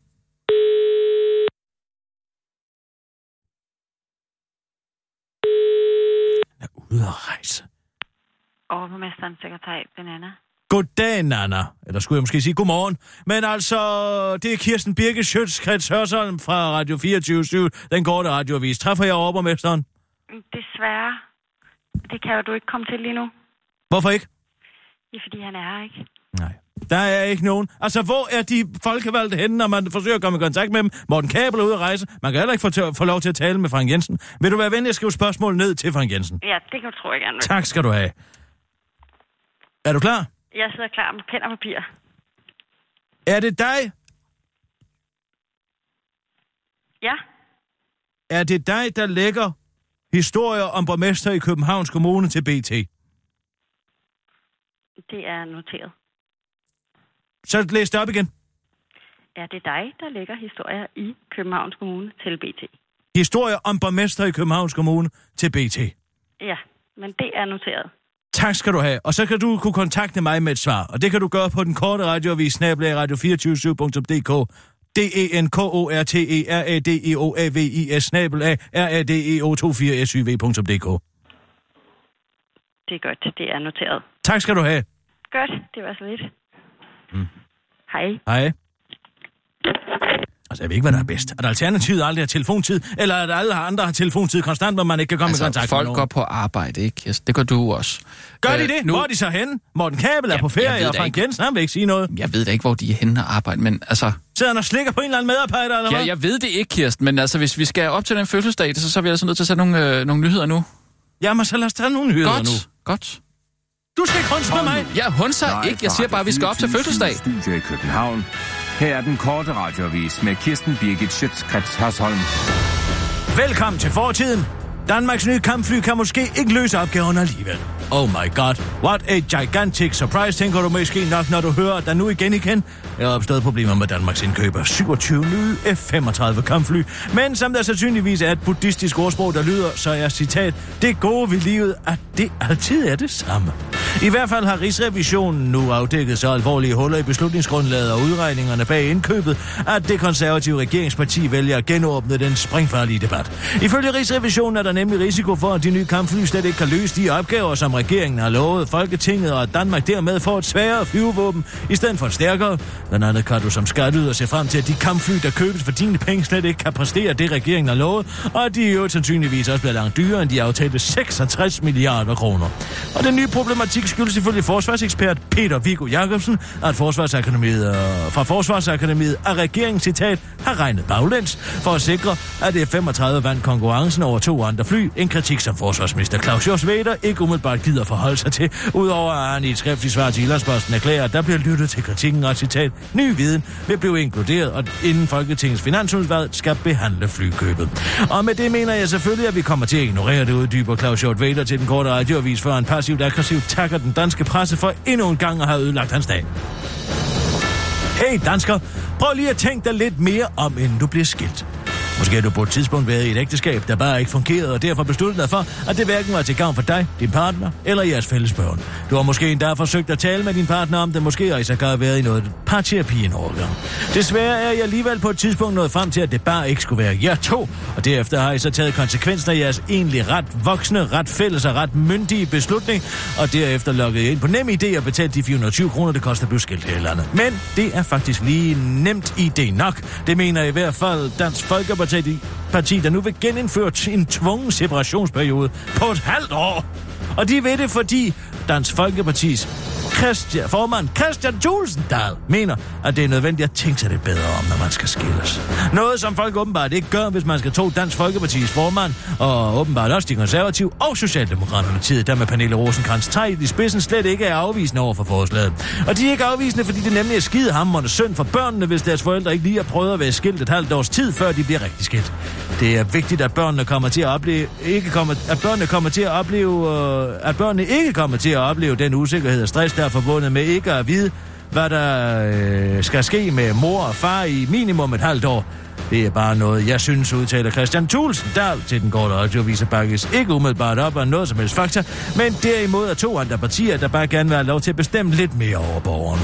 Jeg er ude at rejse. Overborgmesterens sekretariat, det er Nana. Goddag, Nana. Eller skulle jeg måske sige godmorgen. Men altså, det er Kirsten Birgit Schøtz-Krets Hørsholm fra Radio fireogtyve syv, den korte radioavis. Træffer jeg overborgmesteren? Desværre. Det kan jo du ikke komme til lige nu. Hvorfor ikke? Ja, fordi han er her ikke. Nej. Der er ikke nogen. Altså, hvor er de folkevalgte henne, når man forsøger at komme i kontakt med dem? Morten Kabel er ude at rejse. Man kan heller ikke få, t- få lov til at tale med Frank Jensen. Vil du være venlig at skrive spørgsmål ned til Frank Jensen? Ja, det kan du tro, jeg gerne vil. Tak skal du have. Er du klar? Jeg sidder klar med pen og papir. Er det dig? Ja. Er det dig, der lægger historier om borgmester i Københavns Kommune til B T? Det er noteret. Så læs det op igen. Ja, det er dig, der lægger historier i Københavns Kommune til B T. Historier om borgmester i Københavns Kommune til B T. Ja, men det er noteret. Tak skal du have. Og så kan du kunne kontakte mig med et svar. Og det kan du gøre på den korte radioavis snabel-a radio to fire syv punktum d k. D E N K O R T E R A D E O A V I S snabel-a R A D E O to fire S Y V punktum d k. Det er godt, det er noteret. Tak skal du have. Godt, det var så lidt. Mm. Hej. Hej. Altså, jeg ved ikke, hvad der er bedst. Er der alternativet aldrig har telefontid, eller er der alle andre har telefontid konstant, hvor man ikke kan komme altså, i kontakt folk med nogen? går på arbejde, ikke? Yes, det gør du også. Gør de øh, det? Nu... Hvor er de så henne? Morten Kabel er ja, på ferie, og Frank ikke. Jensen, han vil ikke sige noget. Jeg ved da ikke, hvor de er henne og arbejde, men altså... Sidder han og slikker på en eller anden medarbejder, eller Ja, hvad? jeg ved det ikke, Kirsten, men altså, hvis vi skal op til den fødselsdag, så, så er vi altså nødt til at sætte nogle, øh, nogle nyheder nu. Jamen, så lad os tage nogle nyheder godt, nu. Godt, Du skal ikke hunse med mig. Jeg hunser ikke. Jeg siger bare, at vi skal op til fødselsdag. Studie i København. Her er den korte radioavis med Kirsten Birgit Schøtz-Krets Hørsholm. Velkommen til fortiden. Danmarks nye kampfly kan måske ikke løse opgaven alligevel. Oh my god, what a gigantic surprise, tænker du måske nok, når du hører, at der nu igen igen er opstået problemer med Danmarks indkøb af syvogtyve nye F femogtredive kampfly. Men som der sandsynligvis er et buddhistisk ordsprog, der lyder, så er citat, det gode ved livet, at det altid er det samme. I hvert fald har Rigsrevisionen nu afdækket så alvorlige huller i beslutningsgrundlaget og udregningerne bag indkøbet, at det konservative regeringsparti vælger at genåbne den springfarlige debat. Ifølge Rigsrevisionen er der nemlig risiko for, at de nye kampfly slet ikke kan løse de opgaver, som regeringen har lovet Folketinget, og at Danmark dermed får et sværere flyvevåben i stedet for et stærkere. Blandt andet kan du som skatteyder se frem til, at de kampfly, der købes for dine penge, slet ikke kan præstere det, regeringen har lovet, og at de jo sandsynligvis også bliver langt dyrere end de aftalte seksogtres milliarder kroner. Og den nye problematik skyldes ifølge forsvarsekspert Peter Viggo Jacobsen, at Forsvarsakademiet, øh, fra Forsvarsakademiet af regeringen, citat, har regnet baglæns for at sikre, at F femogtredive vandt konkurrencen over to andre fly, en kritik, som forsvarsminister Claus Hjort Vedder ikke umiddelbart gider forholde sig til, udover at han i et skriftligt svar til Jyllandsposten erklærer, at der bliver lyttet til kritikken og citat, ny viden vil blive inkluderet, og inden Folketingets finansudvalg skal behandle flykøbet. Og med det mener jeg selvfølgelig, at vi kommer til at ignorere det, uddyber Claus Hjort Vedder til den korte radioavis, før han passivt aggressivt takker den danske presse for endnu en gang at have ødelagt hans dag. Hey dansker, prøv lige at tænke dig lidt mere om, inden du bliver skilt. Måske har du på et tidspunkt været i et ægteskab, der bare ikke fungerede, og derfor besluttede dig for, at det hverken var til gavn for dig, din partner eller jeres fælles børn. Du har måske endda forsøgt at tale med din partner om det, måske har I sågar været i noget parterapi en overgang. Desværre er jeg alligevel på et tidspunkt nået frem til, at det bare ikke skulle være jer to, og derefter har I så taget konsekvensen af jeres egentlig ret voksne, ret fælles og ret myndige beslutning, og derefter logget ind på NemID og betalt de fire hundrede og tyve kroner, det koster at blive skilt her i landet. Men det er faktisk lige nemt I D nok. Det mener i hvert fald Dansk Folkeparti, parti, der nu vil genindføre en tvungen separationsperiode på et halvt år. Og de ved det, fordi Dansk Folkepartis Christian, formand Christian Tulsendal mener, at det er nødvendigt at tænke sig lidt bedre om, når man skal skilles. Noget, som folk åbenbart ikke gør, hvis man skal tro Dansk Folkepartis formand, og åbenbart også de konservative og socialdemokraterne tid, der med Pernille Rosenkrantz-Theil i spidsen slet ikke er afvisende over for forslaget. Og de er ikke afvisende, fordi det nemlig er skidehamrende synd for børnene, hvis deres forældre ikke lige har prøvet at være skilt et halvt års tid, før de bliver rigtig skilt. Det er vigtigt, at børnene kommer til at opleve, ikke kommer, at børnene kommer til at opleve, øh, at børnene ikke kommer til at opleve den usikkerhed og stress, der er forbundet med ikke at vide, hvad der øh, skal ske med mor og far i minimum et halvt år. Det er bare noget, jeg synes, udtaler Christian Tulsendal til den korte radioavis, bakkes ikke umiddelbart op af noget som helst fakta, men derimod er to andre partier, der bare gerne vil have lov til at bestemme lidt mere over borgerne.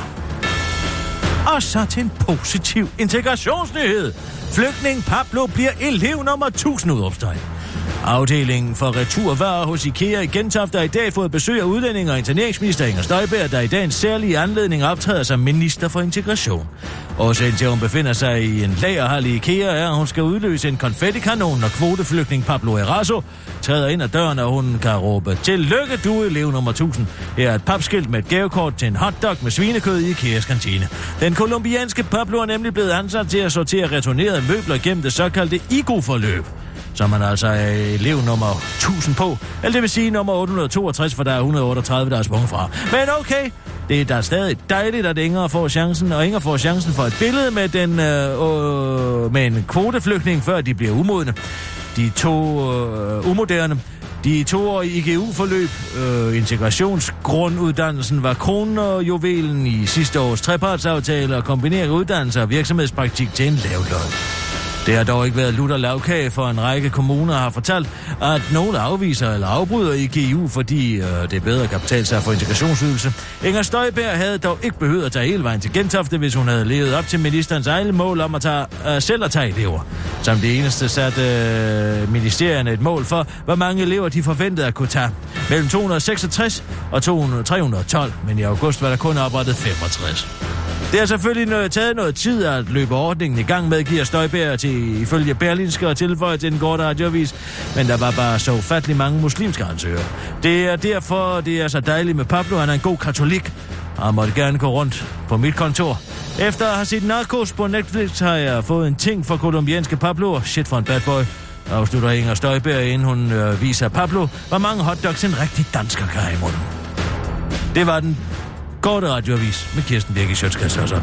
Og så til en positiv integrationsnyhed. Flygtning Pablo bliver elev nummer tusind udopstegn. Afdelingen for returvarer hos IKEA i Gentofte har i dag fået besøg af udlænding og interneringsminister Inger Støjberg, der i dag en særlig anledning optræder som minister for integration. Årsagen til, at hun befinder sig i en lagerhal i IKEA, er, at hun skal udløse en konfettikanon, når kvoteflygtning Pablo Eraso træder ind ad døren, og hun kan råbe, tillykke du elev nummer tusind. Her er et papskilt med et gavekort til en hotdog med svinekød i IKEAs kantine. Den kolumbianske Pablo er nemlig blevet ansat til at sortere returnerede møbler gennem det såkaldte I G O-forløb, som man altså er elev nummer tusind på. Eller det vil sige nummer otte hundrede og toogtres, for der er et hundrede og otteogtredive, der er sprunget fra. Men okay, det er da stadig dejligt, at Inger får chancen, og Inger får chancen for et billede med, den, øh, øh, med en kvoteflygtning, før de bliver umodne. De to øh, umoderne. De toårige I G U-forløb, øh, integrationsgrunduddannelsen, var kronjuvelen i sidste års trepartsaftale og kombinerer uddannelse og virksomhedspraktik til en lav løn. Det har dog ikke været lutter lavkage, for en række kommuner har fortalt, at nogle afviser eller afbryder I G U, fordi øh, det bedre kan betale sig for integrationsydelse. Inger Støjberg havde dog ikke behøvet at tage hele vejen til Gentofte, hvis hun havde levet op til ministerens eget mål om at tage, øh, selv at tage elever. Som det eneste satte øh, ministerierne et mål for, hvor mange elever de forventede at kunne tage. Mellem to hundrede og seksogtres og tre hundrede og tolv, men i august var der kun oprettet femogtres. Det har selvfølgelig taget noget tid at løbe ordningen i gang med, giver Støjberg til ifølge Berlinske og tilføje til den korte radioavis, men der var bare så ufattelig mange muslimske ansøgere. Det er derfor, det er så dejligt med Pablo. Han er en god katolik, og han måtte gerne gå rundt på mit kontor. Efter at have set Narcos på Netflix, har jeg fået en ting for kolumbianske Pablo. Shit for en bad boy. Afslutter Inger Støjberg, inden hun øh, viser Pablo, hvor mange hotdogs en rigtig dansker kan have i munden. Det var den korte radioavis med Kirsten Birgit Schøtzgrads Hørsholm.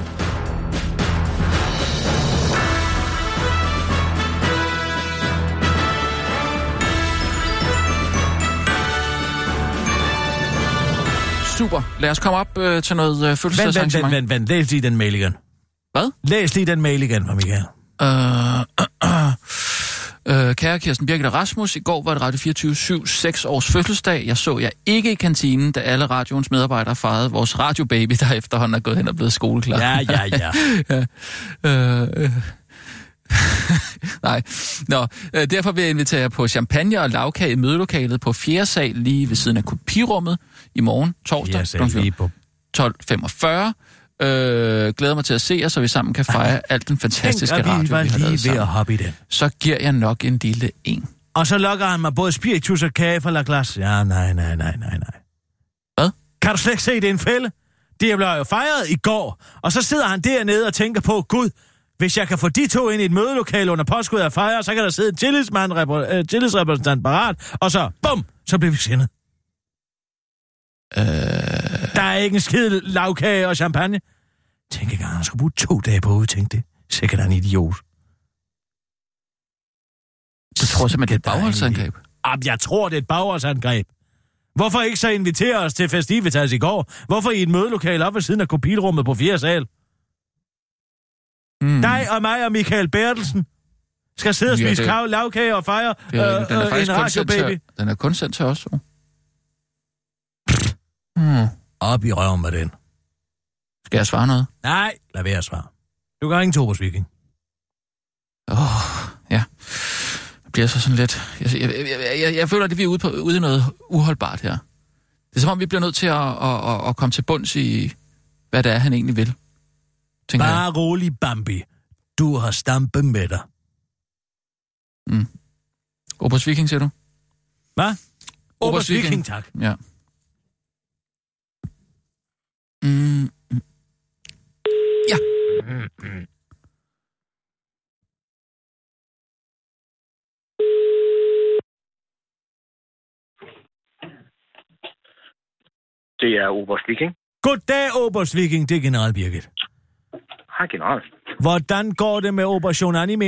Super. Lad os komme op øh, til noget øh, fødselsdagsarrangement. Vent, vent, vent, vent. Læs lige den mail igen. Hvad? Læs lige den mail igen fra Michael. Øh, øh, øh, øh, kære Kirsten Birgit og Rasmus, i går var det Radio fireogtyve syv seks års fødselsdag. Jeg så jer ikke i kantinen, da alle radioens medarbejdere fejrede vores radiobaby, der efterhånden er gået hen og blevet skoleklar. Ja, ja, ja. ja. Øh, øh. Nej, Nå, øh, derfor vil jeg invitere jer på champagne og lavkage i mødelokalet på fjerde sal lige ved siden af kopirummet i morgen, torsdag, tolv femogfyrre. Øh, glæder mig til at se jer, så vi sammen kan fejre alt den fantastiske Tænk, radio, vi, vi har lavet lige ved sammen. at hoppe i den. Så giver jeg nok en lille en. Og så lokker han mig både spiritus og kage fra La Glace. Ja, nej, nej, nej, nej, nej. Hvad? Kan du slet ikke se, det er en fælde? Det blev jo fejret i går, og så sidder han dernede og tænker på, Gud, hvis jeg kan få de to ind i et mødelokale under påskud af fejre, så kan der sidde en tillidsmand, repræ- øh, tillidsrepræsentant parat, og så, bum, så bliver vi sindet. Øh... Der er ikke en skid lavkage og champagne. Tænk ikke, at han skulle bruge to dage på at udtænke det. Sikkert er en idiot. Du tror simpelthen, det er et bagholdsangreb? Jeg tror, det er et bagholdsangreb. Hvorfor ikke så invitere os til festivitas i går? Hvorfor i et mødelokale op ved siden af kopilrummet på fjerde sal? Mm. Dig og mig og Michael Bertelsen. skal sidde og Ja, spise det- kav, lavkage og fejre Det er, øh, den er øh, faktisk en kun sendt radiobaby. til, den er kun sendt til os. Jo. Hmm. Op i røven med den. Skal jeg svare noget? Nej, lad være at svare. Du kan ringe til Obers Viking. Åh, oh, ja. Det bliver så sådan lidt... Jeg, jeg, jeg, jeg, jeg føler, at vi er ude, på, ude i noget uholdbart her. Det er som om, vi bliver nødt til at, at, at, at komme til bunds i, hvad det er, han egentlig vil. Tænker Bare jeg. rolig, Bambi. Du har stampe med dig. Mm. Obers Viking, siger du? Hvad? Obers Viking. Viking, tak. Ja. Mm. mm. Ja. Mm-hmm. Det er Oberst Viking. Goddag, Obers Viking. Det er General Birgit. Hej, general. Hvordan går det med Operation Anime?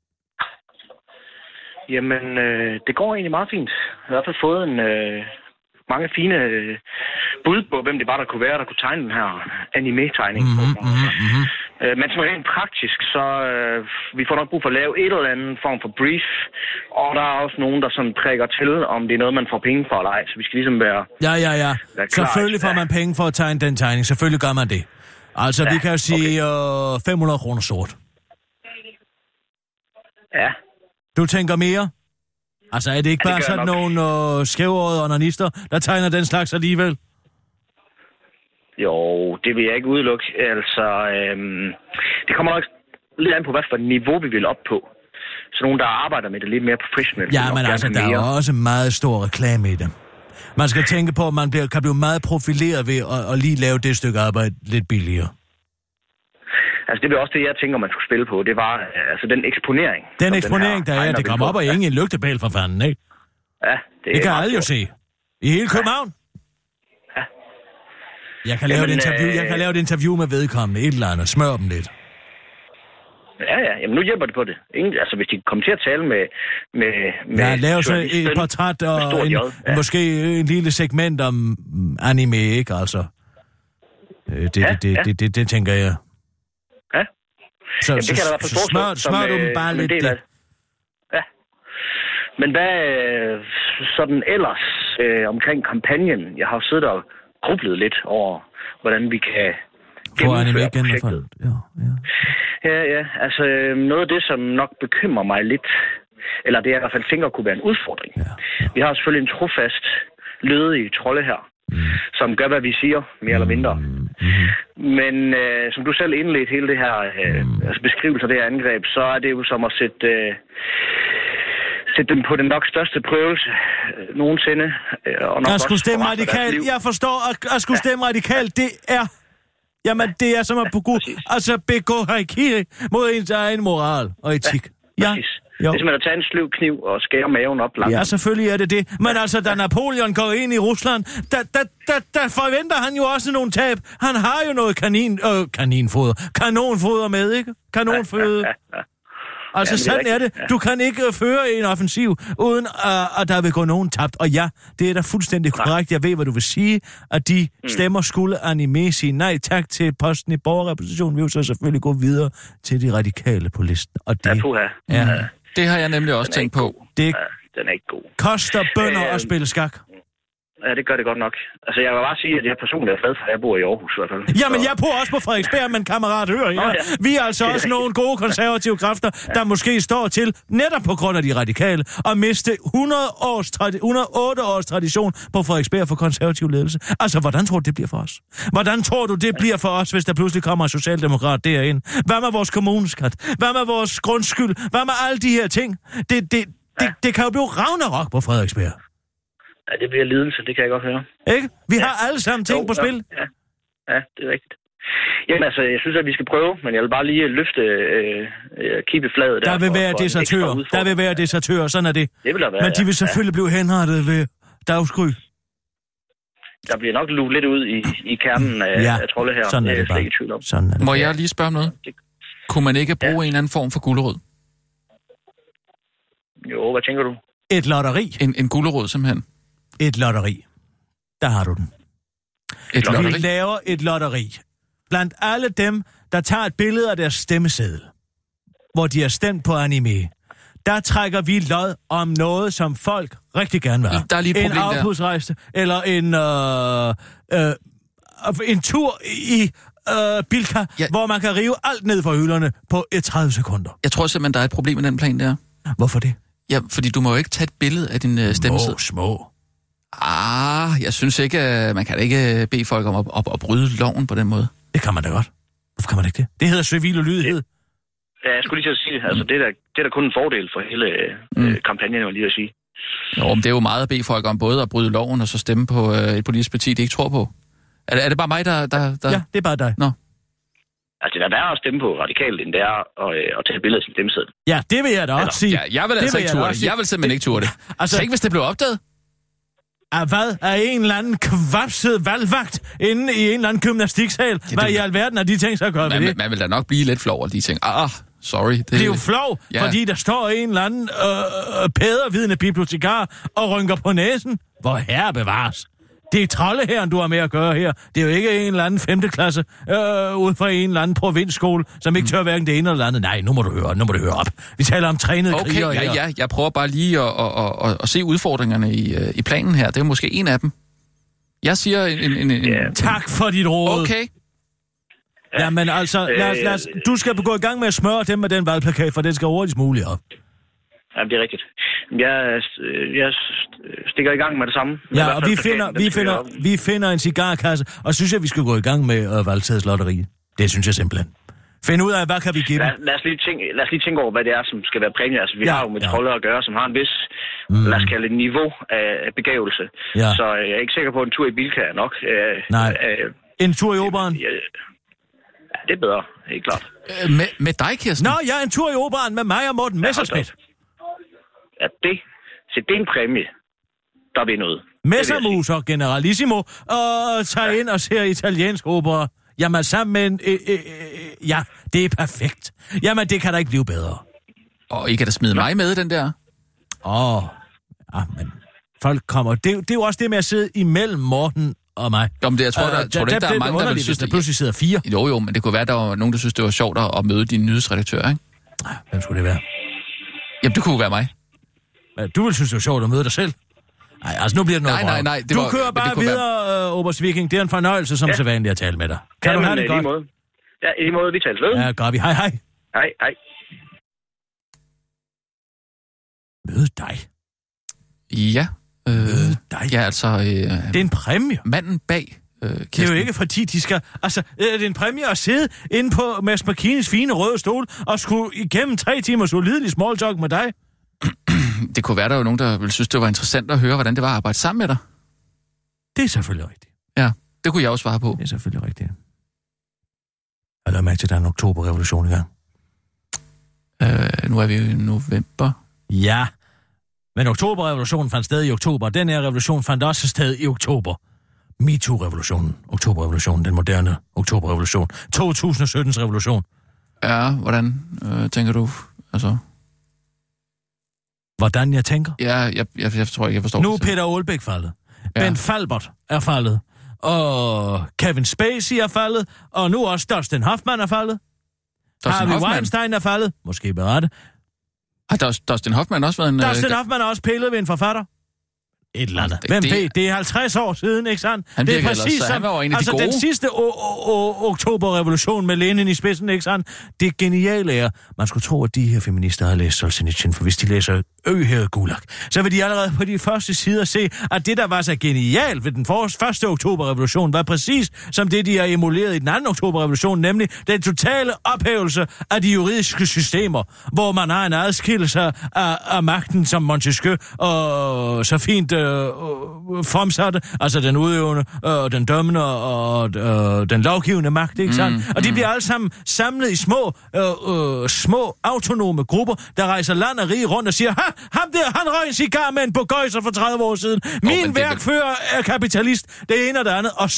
Jamen, øh, det går egentlig meget fint. Jeg har i hvert fald fået en, øh, mange fine øh, bud på, hvem det var, der kunne være, der kunne tegne den her anime-tegning. Mm-hmm, mm-hmm, mm-hmm. Øh, men som rent praktisk, så øh, vi får nok brug for at lave et eller andet form for brief. Og der er også nogen, der sådan prikker til, om det er noget, man får penge for eller ej. Så vi skal ligesom være... Ja, ja, ja. Klar. Selvfølgelig får man penge for at tegne den tegning. Selvfølgelig gør man det. Altså, ja, vi kan jo sige okay. øh, fem hundrede kroner sort. Ja. Du tænker mere? Altså, er det ikke Ja, bare det sådan nok. nogle øh, skævårede onanister, der tegner den slags alligevel? Jo, det vil jeg ikke udelukke. Altså, øhm, det kommer nok lidt an på, hvad for et niveau vi vil op på. Så nogen, der arbejder med det lidt mere professionelt. Ja, men altså, der er jo også meget stor reklame i det. Man skal tænke på, at man bliver, kan blive meget profileret ved at, at lige lave det stykke arbejde lidt billigere. Altså, det er også det, jeg tænker, man skulle spille på. Det var altså den eksponering. Den eksponering, den der er, det kommer op og ingen lygtepæl for fanden, ikke? Ja, det, det kan meget alle jo stort. se. I hele København. Ja. Jeg kan, lave Jamen, et interview, øh... jeg kan lave et interview med vedkommende, et eller andet. Smør dem lidt. Ja, ja. Jamen, nu hjælper det på det. Ingen, altså, hvis de kommer til at tale med... med, med Ja, lave så et journalisten portræt med og stort en, J, ja. måske en lille segment om mm, anime, ikke altså? Øh, Det, Ja, det, det, ja. det, det, det tænker jeg. Ja. Så, Jamen, så, det kan jeg da i hvert fald så forestille smør, som, smør du øh, dem bare som en lidt. del af det. det. Ja. Men hvad øh, sådan ellers øh, omkring kampagnen? Jeg har jo siddet og grublet lidt over, hvordan vi kan Få anime gennemføre igen. projektet. Ja, ja. Ja, ja. Altså, øh, noget af det, som nok bekymrer mig lidt, eller det jeg i hvert fald tænker kunne være en udfordring. Ja, ja. Vi har selvfølgelig en trofast lødig trolde her, Mm. som gør, hvad vi siger, mere eller mindre. Mm-hmm. Men øh, som du selv indledte hele det her øh, Mm. altså beskrivelse af det her angreb, så er det jo som at sætte, øh, sætte dem på den nok største prøvelse øh, nogensinde. Øh, og nok Jeg også skulle stemme for resten af deres radikalt. liv. Jeg forstår, at jeg skulle stemme radikalt. Det er... Jamen, det er som at begå, altså begå haikiri mod ens egen moral og etik. Ja, Præcis. jo. Det er simpelthen at tage en sløv kniv og skære maven op langt. Ja, selvfølgelig er det det. Men altså, da Napoleon går ind i Rusland, der, der, der, der forventer han jo også nogle tab. Han har jo noget kanin, øh, kaninfoder. Kanonfoder med, ikke? Kanonføde. Ja, ja, ja. Altså, Ja, sådan er det. Du kan ikke uh, føre en offensiv, uden uh, at der vil gå nogen tabt. Og ja, det er da fuldstændig korrekt. Jeg ved, hvad du vil sige. At de Mm. stemmer skulle anime sige nej tak til posten i borgerrepræsentationen. Vi vil så selvfølgelig gå videre til de radikale på listen. Og det, Ja, puha. ja, Det har jeg nemlig også Den er tænkt ikke på. god. det Ja, den er ikke god. koster bønder Øh, at spille skak. Ja, det gør det godt nok. Altså, jeg vil bare sige, at jeg personligt er glad for, at jeg bor i Aarhus i hvert fald. Jamen, Så- jeg bor også på Frederiksberg, men kammerat, hør Nå, her. ja. Vi er altså Det er også rigtigt. nogle gode konservative kræfter, der måske står til, netop på grund af de radikale, at miste hundrede års tradi- hundrede og otte års tradition på Frederiksberg for konservativ ledelse. Altså, hvordan tror du, det bliver for os? Hvordan tror du, det bliver for os, hvis der pludselig kommer en socialdemokrat derind? Hvad med vores kommuneskat? Hvad med vores grundskyld? Hvad med alle de her ting? Det, det, det, det kan jo blive ragnarok på Frederiksberg. Ja, det bliver lidelse, det kan jeg godt høre. Ikke? Vi har alle sammen ting Jo, på spil. Ja, ja, det er rigtigt. Jamen altså, jeg synes, at vi skal prøve, men jeg vil bare lige løfte øh, øh, kippeflaget der. Der vil for- være for en ekstra desertører. udfordring. Der vil være desertører, sådan er det. Det vil der være, Men de vil ja. selvfølgelig blive henrettet ved dagsgry. Der bliver nok luet lidt ud i, i kernen af, Ja, af trolde her. sådan er det det er jeg slet bare. ikke i tvivl om. Sådan er det. Må jeg lige spørge om noget? Kunne man ikke bruge Ja. en eller anden form for gulerod? Jo, hvad tænker du? Et lotteri. En, en gulerod, simpelthen. Et lotteri. Der har du den. Et Vi lotteri. laver et lotteri. Blandt alle dem, der tager et billede af deres stemmeseddel, hvor de har stemt på anime, der trækker vi lod om noget, som folk rigtig gerne vil have. Der er lige et en problem der. afbudsrejse, eller en, øh, øh, en tur i øh, Bilka, ja. hvor man kan rive alt ned fra hylderne på et tredive sekunder. Jeg tror simpelthen, der er et problem med den plan der. Hvorfor det? Ja, fordi du må jo ikke tage et billede af din uh, stemmeseddel. Små, små. Ah, jeg synes ikke, uh, man kan da ikke bede folk om at, at, at bryde loven på den måde. Det kan man da godt. Hvorfor kan man ikke det? Det hedder civil og lydighed. Ja, jeg skulle lige til at sige, altså det er, der, det er der kun en fordel for hele mm. øh, kampagnen, jeg vil lige at sige. Jo, men det er jo meget at bede folk om både at bryde loven og så stemme på øh, et politisk parti, de ikke tror på. Er det, er det bare mig, der, der, der... Ja, det er bare dig. Nå. Altså, det er værre at stemme på radikalt, end det er at, øh, at tage et billede af sin stemmeseddel. Ja, det vil jeg da også sige. Ja, jeg vil altså ikke turde det. Jeg vil simpelthen ikke turde det. Altså, tænk, hvis det blev opdaget. Er hvad? Er en eller anden kvapset valgvagt inde i en eller anden gymnastiksal? Ja, hvad i alverden har de tænkt sig at gøre man, med det? Man vil da nok blive lidt flov over de ting. Ah, sorry. Det, det er jo flov, ja. Fordi der står en eller anden øh, pædervidende bibliotekar og rynker på næsen. Hvor herre bevares. Det er troldeherren, du har med at gøre her. Det er jo ikke en eller anden femte klasse øh, ude fra en eller anden provinsskole, som ikke tør hverken det ene eller andet. Nej, nu må du høre, nu må du høre op. Vi taler om trænede okay, krigere ja, her. ja, jeg prøver bare lige at, at, at, at se udfordringerne i, i planen her. Det er måske en af dem. Jeg siger en... en, en, en yeah. Tak for dit råd. Okay. Ja, men altså, lad os, lad os, du skal gå i gang med at smøre dem med den valgplakat, for den skal hurtigst muligt op. Ja, det er rigtigt. Jeg, jeg stikker i gang med det samme. Ja, og vi finder, vi, finder, vi finder en cigarkasse, og synes jeg, vi skal gå i gang med uh, valgtidslotteri. Det synes jeg simpelthen. Find ud af, hvad kan vi give dem? Lad, lad, os lige tænke, lad os lige tænke over, hvad det er, som skal være præmie. Altså, vi ja, har jo med trolder ja. at gøre, som har en vis, mm. lad os kalde det, niveau af begævelse. Ja. Så jeg er ikke sikker på, at en tur i Bilka er nok. Nej. Øh, en tur i operaen? Ja, det er bedre, helt klart. Øh, med, med dig, Kirsten? Nå, ja, en tur i operaen med mig og Morten ja, Messerschmidt. Ja, det, så det er en præmie, der vil noget. Messermuser, generalissimo, og tager ind og ser italiensk opera. Jamen, sammen med en... Øh, øh, øh, ja, det er perfekt. Jamen, det kan da ikke blive bedre. Og I kan da smide mig med, den der? Åh, oh, ja, men folk kommer... Det, det er jo også det med at sidde imellem Morten og mig. Jo, men det, jeg tror, der, uh, tror der, ikke, der er mange, der vil synes... Der pludselig sidder fire. Jo, jo, men det kunne være, der var nogen, der synes, det var sjovt at møde din nyhedsredaktør, ikke? Hvem skulle det være? Jamen, det kunne være mig. Du vil synes, det var sjovt at møde dig selv? Nej, altså nu bliver det noget nej, nej, nej, det Du var, kører bare videre, være... uh, Obers Viking. Det er en fornøjelse, som ja. så vanligt at tale med dig. Kan ja, du have det godt? Måde. Ja, i lige måde, vi taler ved. Ja, gør vi. Hej, hej. Hej, hej. Møde dig? Ja. Øh, Møde dig? Ja, altså... Øh, det er en præmie. Manden bag... Øh, det er jo ikke fordi, de skal... Altså, det er en præmie at sidde inde på Mads McKinney's fine røde stol og skulle igennem tre timers ulidelig small talk med dig. Det kunne være, der jo nogen, der ville synes, det var interessant at høre, hvordan det var at arbejde sammen med dig. Det er selvfølgelig rigtigt. Ja, det kunne jeg også svare på. Det er selvfølgelig rigtigt. Jeg lader mærke til, at der er en oktoberrevolution i gang. Øh, nu er vi jo i november. Ja, men oktoberrevolutionen fandt sted i oktober. Den her revolution fandt også sted i oktober. MeToo-revolutionen, oktoberrevolutionen, den moderne oktoberrevolution. to tusind og syttens revolution. Ja, hvordan øh, tænker du? Altså... Hvordan jeg tænker? Ja, jeg, jeg, jeg tror ikke, jeg forstår nu er det. Peter Aalbæk faldet. Ja. Ben Falbert er faldet. Og Kevin Spacey er faldet. Og nu også Dustin Hoffman er faldet. Dustin Harvey Hoffman? Weinstein er faldet. Måske berette. Har Dustin Hoffman også været en... Dustin øh, Hoffman er også pillet ved en forfatter. Et eller andet. Det, Hvem det, ved? Det er halvtreds år siden, ikke sandt? Han det er præcis præcis som... Han var en af altså de gode. Den sidste o- o- oktoberrevolution med Lenin i spidsen, ikke sandt? Det geniale er, man skulle tro, at de her feminister har læst Solzhenitsyn, for hvis de læser Ø-hævet Gulag, så vil de allerede på de første sider se, at det, der var så genialt ved den første oktoberrevolution, var præcis som det, de har emuleret i den anden oktoberrevolution, nemlig den totale ophævelse af de juridiske systemer, hvor man har en adskillelse af, af magten, som Montesquieu og så fint øh, fremsatte, altså den udøvende, øh, den dømmende og øh, den lovgivende magt, ikke sandt? Mm, og de bliver alle sammen samlet i små, øh, øh, små autonome grupper, der rejser land og rige rundt og siger, ha, ham der, han røg en cigar med en bogøjser for tredive år siden. Min oh, værkfører er kapitalist, det ene og det andet. Og så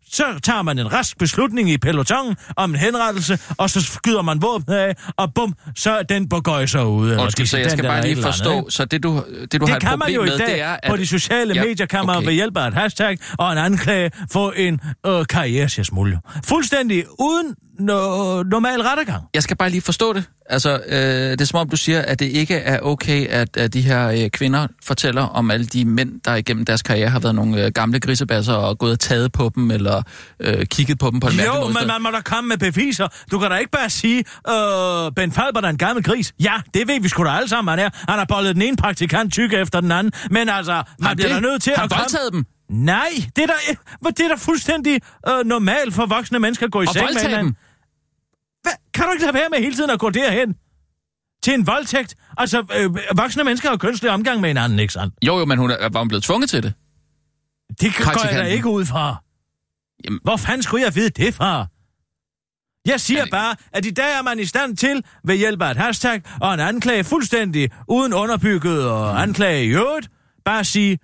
så tager man en rask beslutning i pelotongen om en henrettelse, og så skyder man våbnet af, og bum, så er den begøjser ude. Og skal, så jeg skal bare lige forstå, andet, så det du, det, du det har et problem med, det er, at... på de sociale ja, medier kan man okay. ved hjælp af et hashtag og en anklage få en øh, karrieresmulje. Fuldstændig uden no, normal rettergang. Jeg skal bare lige forstå det. Altså, øh, det er som om du siger, at det ikke er okay, at, at de her øh, kvinder fortæller om alle de mænd, der igennem deres karriere har været nogle øh, gamle grisebasser og gået og taget på dem, eller øh, kigget på dem på en mærkelig måde. Jo, men man må da komme med beviser. Du kan da ikke bare sige, øh, Ben Falber er en gammel gris. Ja, det ved vi sgu da alle sammen, han er. Han har bollet den ene praktikant tykke efter den anden. Men altså, man bliver da nødt til har at komme... voldtaget dem? Nej, det er da, det er da fuldstændig øh, normalt for voksne mennesker at gå i og seng med hinanden. Hvad? Kan du ikke lade være med hele tiden at gå derhen? Til en voldtægt? Altså, øh, voksne mennesker har kønslig omgang med hinanden, ikke sandt? Jo, jo, men hun er, var hun blevet tvunget til det? Det går jeg da ikke ud fra. Jamen. Hvor fanden skulle jeg vide det fra? Jeg siger men... bare, at i dag er man i stand til, ved hjælp af et hashtag og en anklage fuldstændig uden underbygget og mm. anklage i øvrigt, bare at sige,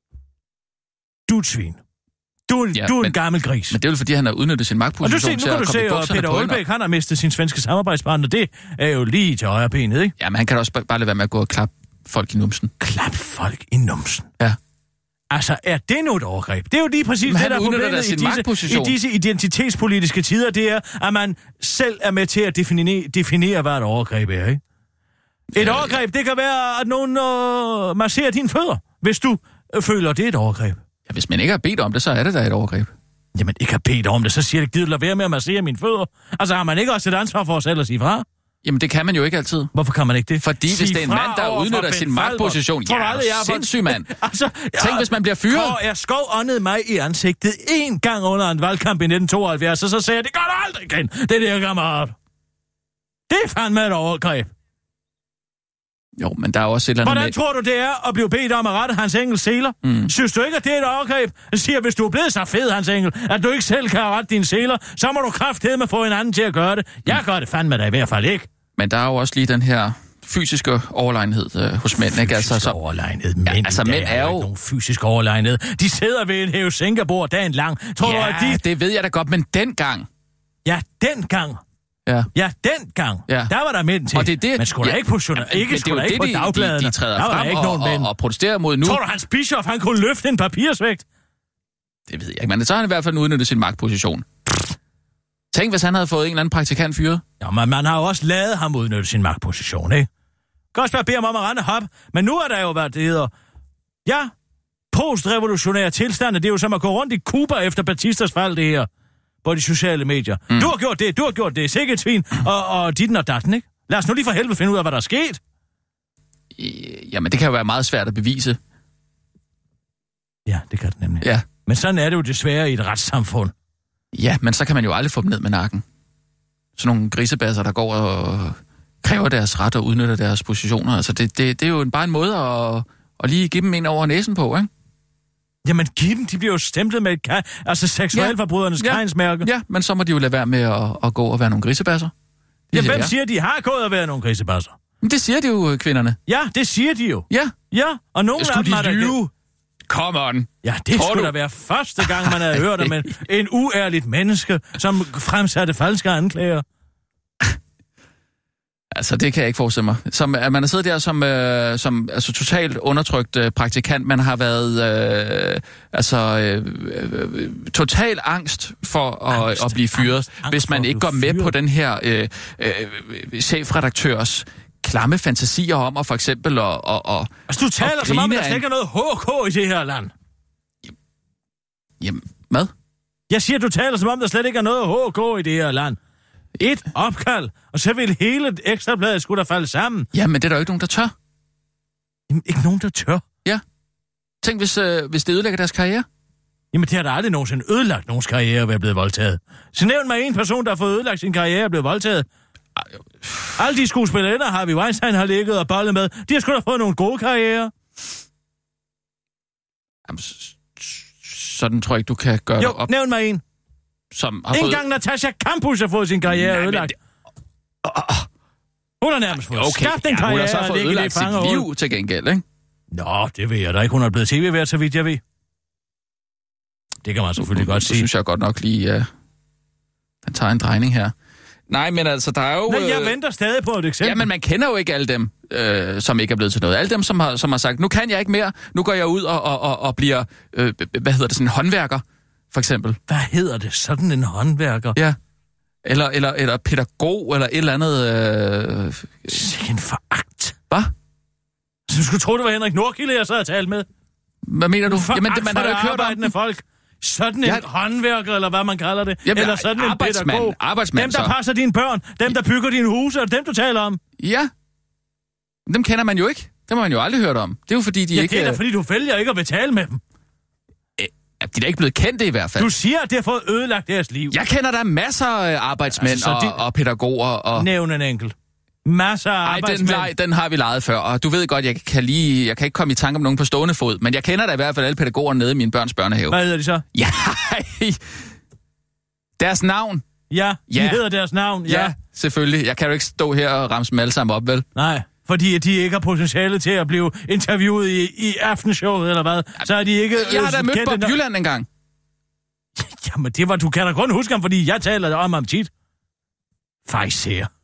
du er et svin. Du, ja, du er en men, gammel gris. Men det er jo fordi, han har udnyttet sin magtposition til at komme i bukserne på. Nu kan du se, at Peter Aalbæk, han har mistet sin svenske samarbejdspartner. Det er jo lige til højre benet, ikke? Ja, men han kan da også bare lade være med at gå og klappe folk i numsen. Klap folk i numsen? Ja. Altså, er det nu et overgreb? Det er jo lige præcis men det, der er problemet i disse, i disse identitetspolitiske tider. Det er, at man selv er med til at definere, definere hvad et overgreb er, ikke? Et ja, overgreb, det kan være, at nogen øh, masserer dine fødder, hvis du øh, føler, det er et overgreb. Ja, hvis man ikke har bedt om det, så er det da et overgreb. Jamen, ikke har bedt om det, så siger det, gider du lade være med at massere mine fødder? Altså, har man ikke også et ansvar for at selv at sige fra? Jamen, det kan man jo ikke altid. Hvorfor kan man ikke det? Fordi sige hvis det er en mand, der udnytter sin magtposition, ja, aldrig, sindssyg mand. altså, ja, Tænk, hvis man bliver fyret. Kåre, jeg skov åndede mig i ansigtet en gang under en valgkamp i nitten tooghalvfjerds, og så sagde jeg, det gør du aldrig igen, det der kammerat. Det er fandme et overgreb. Jo, men der er også et eller andet Hvordan med... tror du, det er at blive bedt om at rette Hans Engels seler? Mm. Synes du ikke, at det er et overgreb? Jeg siger, hvis du er blevet så fed, Hans Engel, at du ikke selv kan rette dine seler, så må du kraftedeme få en anden til at gøre det. Jeg mm. gør det fandme da i hvert fald ikke. Men der er jo også lige den her fysiske overlegenhed øh, hos mænd, ikke? Altså, så... overlegenhed? Mænd, ja, altså, mænd er jo... nogen fysisk overlegenhed. De sidder ved en hæve-sænkerbord dagen lang. Tror ja, du, at de... det ved jeg da godt, men dengang... Ja, dengang... Ja, ja dengang. Ja. Der var der mænd til. Og det er det, men skulle ja, der ikke på, journal... ja, ikke, skulle der ikke det, på dagbladene. De, de træder frem ikke og, og, og protesterer mod nu. Tror du, Hans Bischoff, han kunne løfte en papirsvægt? Det ved jeg ikke, men så har han i hvert fald udnyttet sin magtposition. Tænk, hvis han havde fået en eller anden praktikant fyret. Ja, men man har jo også lavet ham udnytte sin magtposition, ikke? Kan også bare bede ham om at rende hop. Men nu er der jo, hvad det hedder... Ja, postrevolutionære tilstande. Det er jo som at gå rundt i Cuba efter Batistas fald, det her. På de sociale medier. Mm. Du har gjort det, du har gjort det. Sikkert svin. Og, og ditten og datten, ikke? Lad os nu lige for helvede finde ud af, hvad der er sket. Jamen, det kan jo være meget svært at bevise. Ja, det kan det nemlig. Ja. Men sådan er det jo desværre i et retssamfund. Ja, men så kan man jo aldrig få dem ned med nakken. Sådan nogle grisebasser, der går og kræver deres ret og udnytter deres positioner. Altså, det, det, det er jo bare en måde at, at lige give dem en over næsen på, ikke? Jamen, giv dem, de bliver jo stemplet med et kaj, altså seksualforbrydernes ja. kajensmærke. Ja, men så må de jo lade være med at, at gå og være nogle grisebasser. Ja, hvem siger, de har gået og været nogle grisebasser? Men det siger de jo, kvinderne. Ja, det siger de jo. Ja. Ja, og nogle af dem har de lyve? Come on. Ja, det Tror skulle du? da være første gang, man havde hørt om en, en uærligt menneske, som fremsatte falske anklager. Altså, det kan jeg ikke forestille mig. Som, at man har siddet der som, øh, som altså, totalt undertrykt øh, praktikant. Man har været øh, altså, øh, øh, total angst for at, angst, at blive fyret, angst, angst hvis man ikke går med fyret. på den her øh, øh, chefredaktørs klamme fantasier om at for eksempel at... Og, og, altså, du taler som om, der slet ikke er noget H K i det her land. Jamen, hvad? Jeg siger, du taler som om, der slet ikke er noget H K i det her land. Et opkald, og så vil hele ekstrabladet skulle der falde sammen. Ja, men det er der jo ikke nogen, der tør. Jamen, ikke nogen, der tør? Ja. Tænk, hvis, øh, hvis det ødelægger deres karriere. Jamen, det har der aldrig nogensinde ødelagt nogens karriere at være blevet voldtaget. Så nævn mig en person, der har fået ødelagt sin karriere og blevet voldtaget. Alle de skuespillere, har vi Weinstein har ligget og bollet med, de har sgu da fået nogle gode karrierer. Jamen, sådan tror jeg ikke, du kan gøre jo, det op. Jo, nævn mig en. Som har en fået... gang Natasha Campus har fået sin karriere Nej, ødelagt. Det... Hun har nærmest fået okay, skabt en ja, karriere. Hun har så fået ødelagt sit liv til gengæld, ikke? Nå, det ved jeg da ikke. Hun er blevet tv-vært, så vidt jeg ved. det kan man selvfølgelig nu, godt nu, sige. synes jeg godt nok lige, uh, den tager en drejning her. Nej, men altså, der er jo... Nej, jeg øh, venter stadig på et eksempel. Ja, men man kender jo ikke alle dem, øh, som ikke er blevet til noget. Alle dem, som har, som har sagt, nu kan jeg ikke mere, nu går jeg ud og, og, og, og bliver, øh, hvad hedder det, sådan en håndværker, for eksempel. Hvad hedder det? Sådan en håndværker? Ja. Eller, eller, eller pædagog, eller et eller andet... Øh... Sikke en foragt. Hvad? Så du skulle tro, det var Henrik Nordkilde, jeg sad og talte med. Hvad mener du? Foragt Jamen, det, man har jo ikke hørt om dem. folk. Sådan en Ja. håndværker, eller hvad man kalder det. Jamen, eller sådan en arbejdsmand, pædagog. arbejdsmand, Dem, der så. passer dine børn. Dem, der bygger dine huse. Er det dem, du taler om? Ja. Dem kender man jo ikke. Dem har man jo aldrig hørt om. Det er jo fordi, de ja, ikke... det er da, fordi du vælger ikke at vil tale med dem. Øh, de er da ikke blevet kendte i hvert fald. Du siger, at det har fået ødelagt deres liv. Jeg kender der masser af arbejdsmænd Altså, altså, de... og, og pædagoger og... Nævn en enkelt. Masser af Ej, den, arbejdsmænd. leg, den har vi lejet før, og du ved godt, jeg kan lige, jeg kan ikke komme i tanke om nogen på stående fod, men jeg kender da i hvert fald alle pædagoger nede i min børns børnehave. Hvad hedder de så? Ja, deres navn. Ja, de Ja. hedder deres navn. Ja. Ja, selvfølgelig. Jeg kan jo ikke stå her og ramse dem alle sammen op, vel? Nej, fordi de ikke har potentiale til at blive interviewet i, i aftenshowet, eller hvad? Så er de ikke... Jeg har da mødt kendte Bob Jylland engang. Jamen, det var, du kan da kun huske ham, fordi jeg taler om ham tit. Faktisk her.